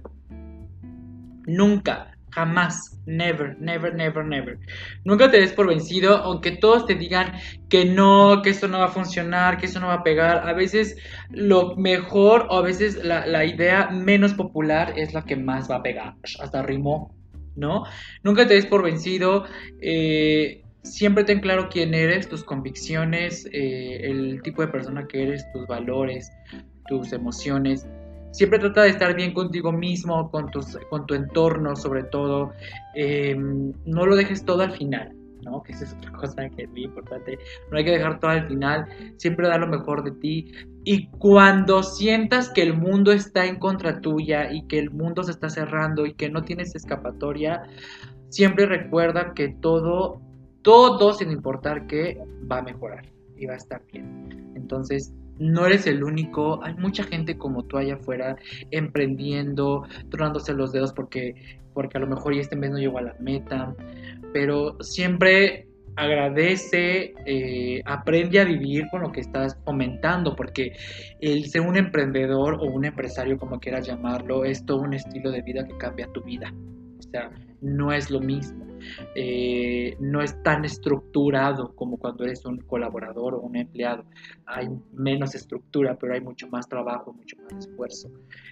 Nunca, jamás, never, never, never, never. Nunca te des por vencido, aunque todos te digan que no, que esto no va a funcionar, que eso no va a pegar. A veces lo mejor o a veces la, la idea menos popular es la que más va a pegar. Hasta rimó, ¿no? Nunca te des por vencido. Eh, siempre ten claro quién eres, tus convicciones, eh, el tipo de persona que eres, tus valores, tus emociones. Siempre trata de estar bien contigo mismo, con, tus, con tu entorno sobre todo. Eh, no lo dejes todo al final, ¿no? Que esa es otra cosa que es muy importante. No hay que dejar todo al final. Siempre da lo mejor de ti. Y cuando sientas que el mundo está en contra tuya y que el mundo se está cerrando y que no tienes escapatoria, siempre recuerda que todo, todo, sin importar qué, va a mejorar y va a estar bien. Entonces, no eres el único, hay mucha gente como tú allá afuera emprendiendo, tronándose los dedos porque, porque a lo mejor ya este mes no llegó a la meta, pero siempre agradece, eh, aprende a vivir con lo que estás fomentando, porque el ser un emprendedor o un empresario, como quieras llamarlo, es todo un estilo de vida que cambia tu vida. O sea, no es lo mismo. Eh, no es tan estructurado como cuando eres un colaborador o un empleado. Hay menos estructura, pero hay mucho más trabajo, mucho más esfuerzo.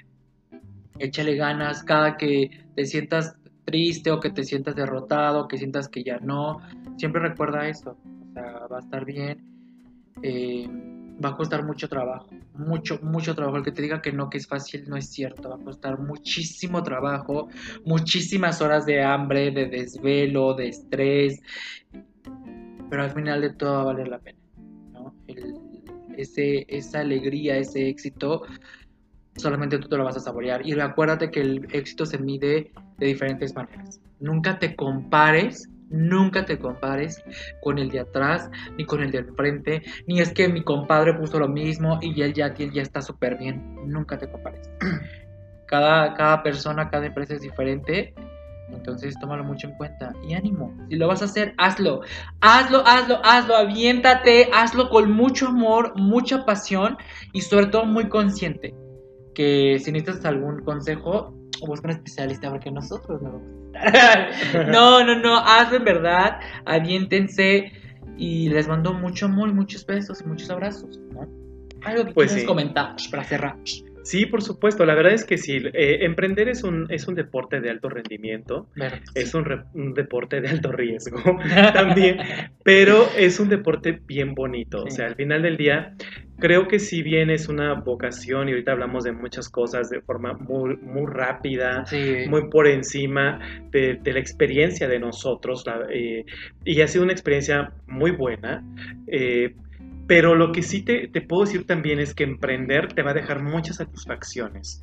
Échale ganas cada que te sientas triste o que te sientas derrotado, que sientas que ya no. Siempre recuerda eso. O sea, va a estar bien. Eh, va a costar mucho trabajo, mucho, mucho trabajo. El que te diga que no, que es fácil, no es cierto. Va a costar muchísimo trabajo, muchísimas horas de hambre, de desvelo, de estrés, pero al final de todo va a valer la pena, ¿no? El, ese, esa alegría, ese éxito, solamente tú te lo vas a saborear. Y acuérdate que el éxito se mide de diferentes maneras. Nunca te compares. Nunca te compares con el de atrás, ni con el de enfrente, ni es que mi compadre puso lo mismo y él ya, él ya está súper bien. Nunca te compares. Cada, cada persona, cada empresa es diferente, entonces tómalo mucho en cuenta. Y ánimo, si lo vas a hacer, hazlo. Hazlo, hazlo, hazlo, aviéntate, hazlo con mucho amor, mucha pasión y sobre todo muy consciente. Que si necesitas algún consejo, busca un especialista porque nosotros no vamos a estar. No, no, no, hazlo en verdad, aviéntense y les mando mucho amor y muchos besos y muchos abrazos, ¿no? Algo que Pues quieras sí. comentar para cerrar. Sí, por supuesto. La verdad es que sí. Eh, emprender es un, es un deporte de alto rendimiento. ¿Verdad? Es un, re- un deporte de alto riesgo también. Pero es un deporte bien bonito. O Sí. sea, al final del día, creo que si bien es una vocación, y ahorita hablamos de muchas cosas de forma muy, muy rápida, Sí. muy por encima de, de la experiencia de nosotros, la- eh, y ha sido una experiencia muy buena. eh, pero lo que sí te, te puedo decir también es que emprender te va a dejar muchas satisfacciones.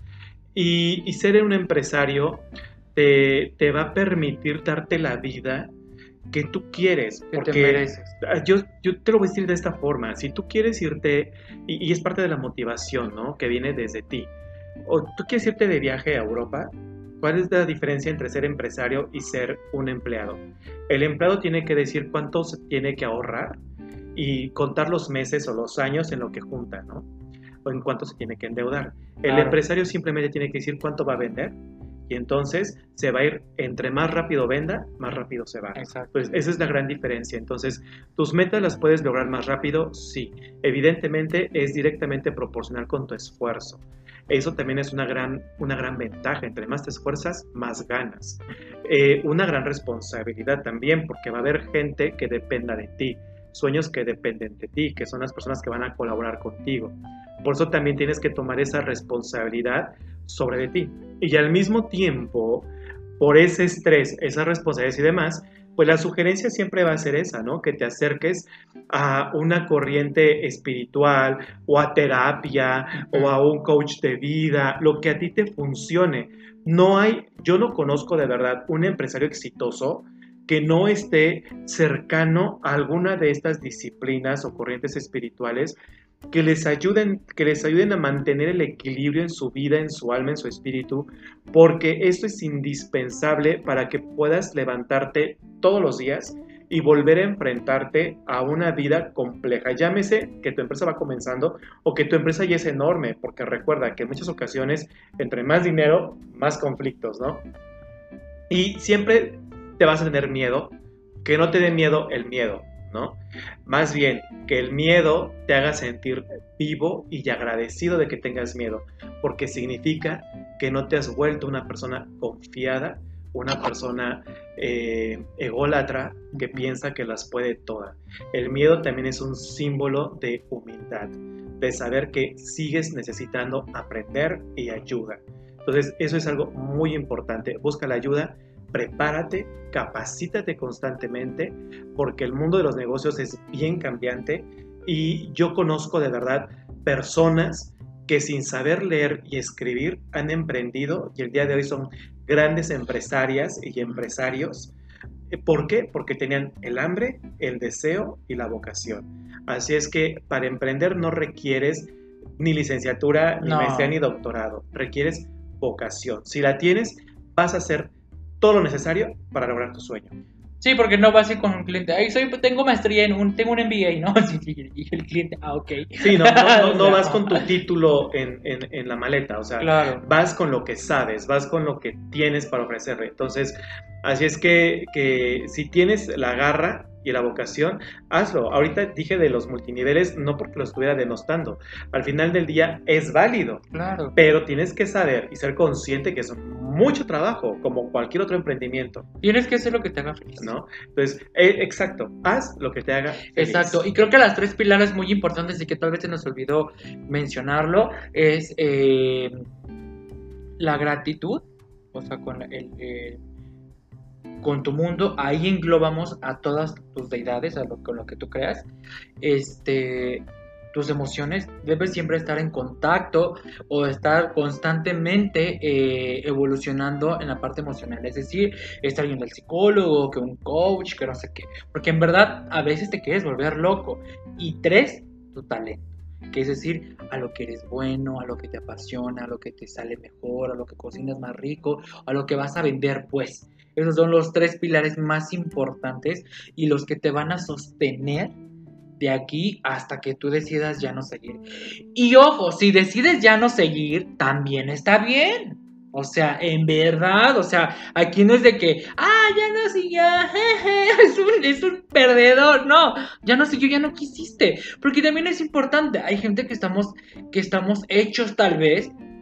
Y, y ser un empresario te, te va a permitir darte la vida que tú quieres. Que te Porque mereces. ah, yo, yo te lo voy a decir de esta forma. Si tú quieres irte, y, y es parte de la motivación, ¿no? Que viene desde ti. O tú quieres irte de viaje a Europa, ¿cuál es la diferencia entre ser empresario y ser un empleado? El empleado tiene que decir cuánto se tiene que ahorrar y contar los meses o los años en lo que junta, ¿no? O en cuánto se tiene que endeudar. El Claro. empresario simplemente tiene que decir cuánto va a vender y entonces se va a ir, entre más rápido venda, más rápido se va. Exacto. Pues esa es la gran diferencia. Entonces, ¿tus metas las puedes lograr más rápido? Sí. Evidentemente es directamente proporcional con tu esfuerzo. Eso también es una gran, una gran ventaja. Entre más te esfuerzas, más ganas. Eh, una gran responsabilidad también, porque va a haber gente que dependa de ti, sueños que dependen de ti, que son las personas que van a colaborar contigo. Por eso también tienes que tomar esa responsabilidad sobre de ti. Y al mismo tiempo, por ese estrés, esas responsabilidades y demás, pues la sugerencia siempre va a ser esa, ¿no? Que te acerques a una corriente espiritual o a terapia o a un coach de vida, lo que a ti te funcione. No hay, yo no conozco de verdad un empresario exitoso que no esté cercano a alguna de estas disciplinas o corrientes espirituales que les ayuden, que les ayuden a mantener el equilibrio en su vida, en su alma, en su espíritu, porque esto es indispensable para que puedas levantarte todos los días y volver a enfrentarte a una vida compleja. Llámese que tu empresa va comenzando o que tu empresa ya es enorme, porque recuerda que en muchas ocasiones, entre más dinero, más conflictos, ¿no? Y siempre te vas a tener miedo, que no te dé miedo el miedo, ¿no? Más bien, que el miedo te haga sentir vivo y agradecido de que tengas miedo, porque significa que no te has vuelto una persona confiada, una persona eh, ególatra que piensa que las puede todas. El miedo también es un símbolo de humildad, de saber que sigues necesitando aprender y ayuda. Entonces, eso es algo muy importante. Busca la ayuda, prepárate, capacítate constantemente, porque el mundo de los negocios es bien cambiante y yo conozco de verdad personas que sin saber leer y escribir han emprendido y el día de hoy son grandes empresarias y empresarios. ¿Por qué? Porque tenían el hambre, el deseo y la vocación. Así es que para emprender no requieres ni licenciatura, ni No. maestría, ni doctorado. Requieres vocación. Si la tienes, vas a hacer todo lo necesario para lograr tu sueño. Sí, porque no vas a ir con un cliente. Ay, soy, tengo maestría en un, tengo un M B A, ¿no? Sí, sí, y el cliente, ah, ok. Sí, no, no, no, no vas con tu título en, en, en la maleta, o sea, Claro. vas con lo que sabes, vas con lo que tienes para ofrecerle. Entonces, así es que, que si tienes la garra y la vocación, hazlo. Ahorita dije de los multiniveles, no porque lo estuviera denostando. Al final del día es válido, Claro. pero tienes que saber y ser consciente que es mucho trabajo, como cualquier otro emprendimiento, Tienes que hacer lo que te haga feliz. ¿no? Entonces, eh, exacto, haz lo que te haga feliz. Exacto, y creo que las tres pilares muy importantes y que tal vez se nos olvidó mencionarlo es eh, la gratitud, o sea, con la- el, eh, con tu mundo, ahí englobamos a todas tus deidades, a lo, con lo que tú creas, este, tus emociones, debes siempre estar en contacto o estar constantemente eh, evolucionando en la parte emocional, es decir, estar yendo al psicólogo, que un coach, que no sé qué, porque en verdad a veces te quieres volver loco. Y tres, tu talento, que es decir, a lo que eres bueno, a lo que te apasiona, a lo que te sale mejor, a lo que cocinas más rico, a lo que vas a vender, pues. Esos son los tres pilares más importantes y los que te van a sostener de aquí hasta que tú decidas ya no seguir. Y ojo, si decides ya no seguir, también está bien. O sea, en verdad, o sea, aquí no es de que, ah, ya no siguió, jeje, es un, es un perdedor. No, ya no siguió, ya no quisiste. Porque también es importante, hay gente que estamos, que estamos hechos tal vez,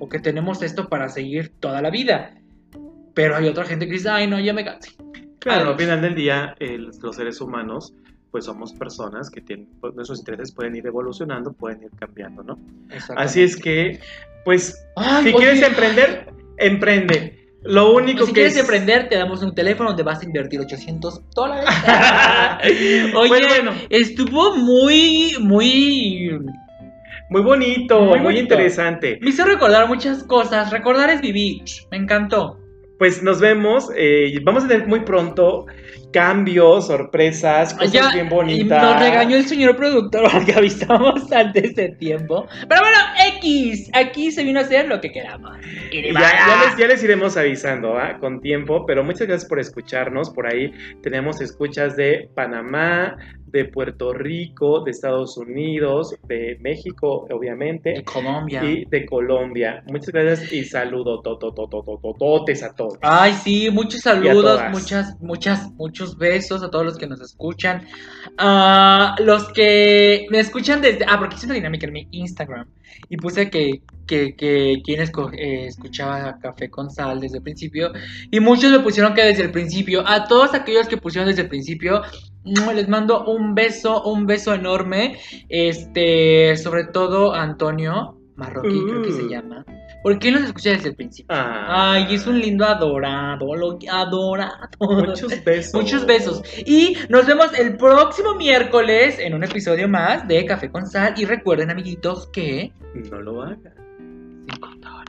o que tenemos esto para seguir toda la vida. Pero hay otra gente que dice, ay no, ya me cansé. Claro, Adiós. al final del día, el- los seres humanos, pues somos personas que tienen, pues, nuestros intereses pueden ir evolucionando, pueden ir cambiando, ¿no? Así es que, pues, Ay, si oye. quieres emprender, emprende. Lo único Si que quieres es... emprender, te damos un teléfono donde vas a invertir ochocientos dólares. Oye, Pues bueno. estuvo muy, muy... Muy bonito, Muy muy, bonito. interesante. Me hizo recordar muchas cosas. Recordar es vivir. Me encantó. Pues nos vemos, eh, vamos a tener muy pronto cambios, sorpresas, cosas Ya, bien y bonitas. nos regañó el señor productor porque avisamos antes de tiempo. Pero bueno, X. Aquí se vino a hacer lo que queramos. Y Y ni ya, vaya. ya les, ya les iremos avisando, ¿ah? Con tiempo, pero muchas gracias por escucharnos. Por ahí tenemos escuchas de Panamá, de Puerto Rico, de Estados Unidos, de México, obviamente, De Colombia. y de Colombia. Muchas gracias y saludos tototototototes a todos. Ay, sí, muchos Y a saludos, todas. muchas, muchas, muchos besos a todos los que nos escuchan. Ah, los que me escuchan desde... Ah, porque hice una dinámica en mi Instagram. Y puse que, que, que quien esco- eh, escuchaba Café con Sal desde el principio. Y muchos me pusieron que desde el principio. A todos aquellos que pusieron desde el principio, ¡mua! Les mando un beso, un beso enorme. Este, sobre todo a Antonio Marroquí, creo que se Uh. llama. Porque él nos escucha desde el principio. Ah, Ay, es un lindo adorado, lo adorado. Muchos besos. Muchos besos. Y nos vemos el próximo miércoles en un episodio más de Café con Sal. Y recuerden, amiguitos, que... No lo hagan. sin control.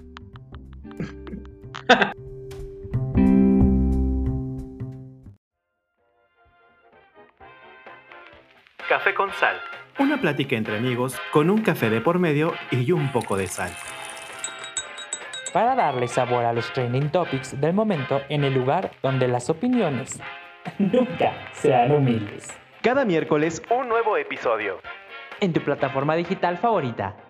Café con Sal. Una plática entre amigos con un café de por medio y un poco de sal. Para darle sabor a los trending topics del momento en el lugar donde las opiniones nunca sean humildes. Cada miércoles un nuevo episodio. En tu plataforma digital favorita.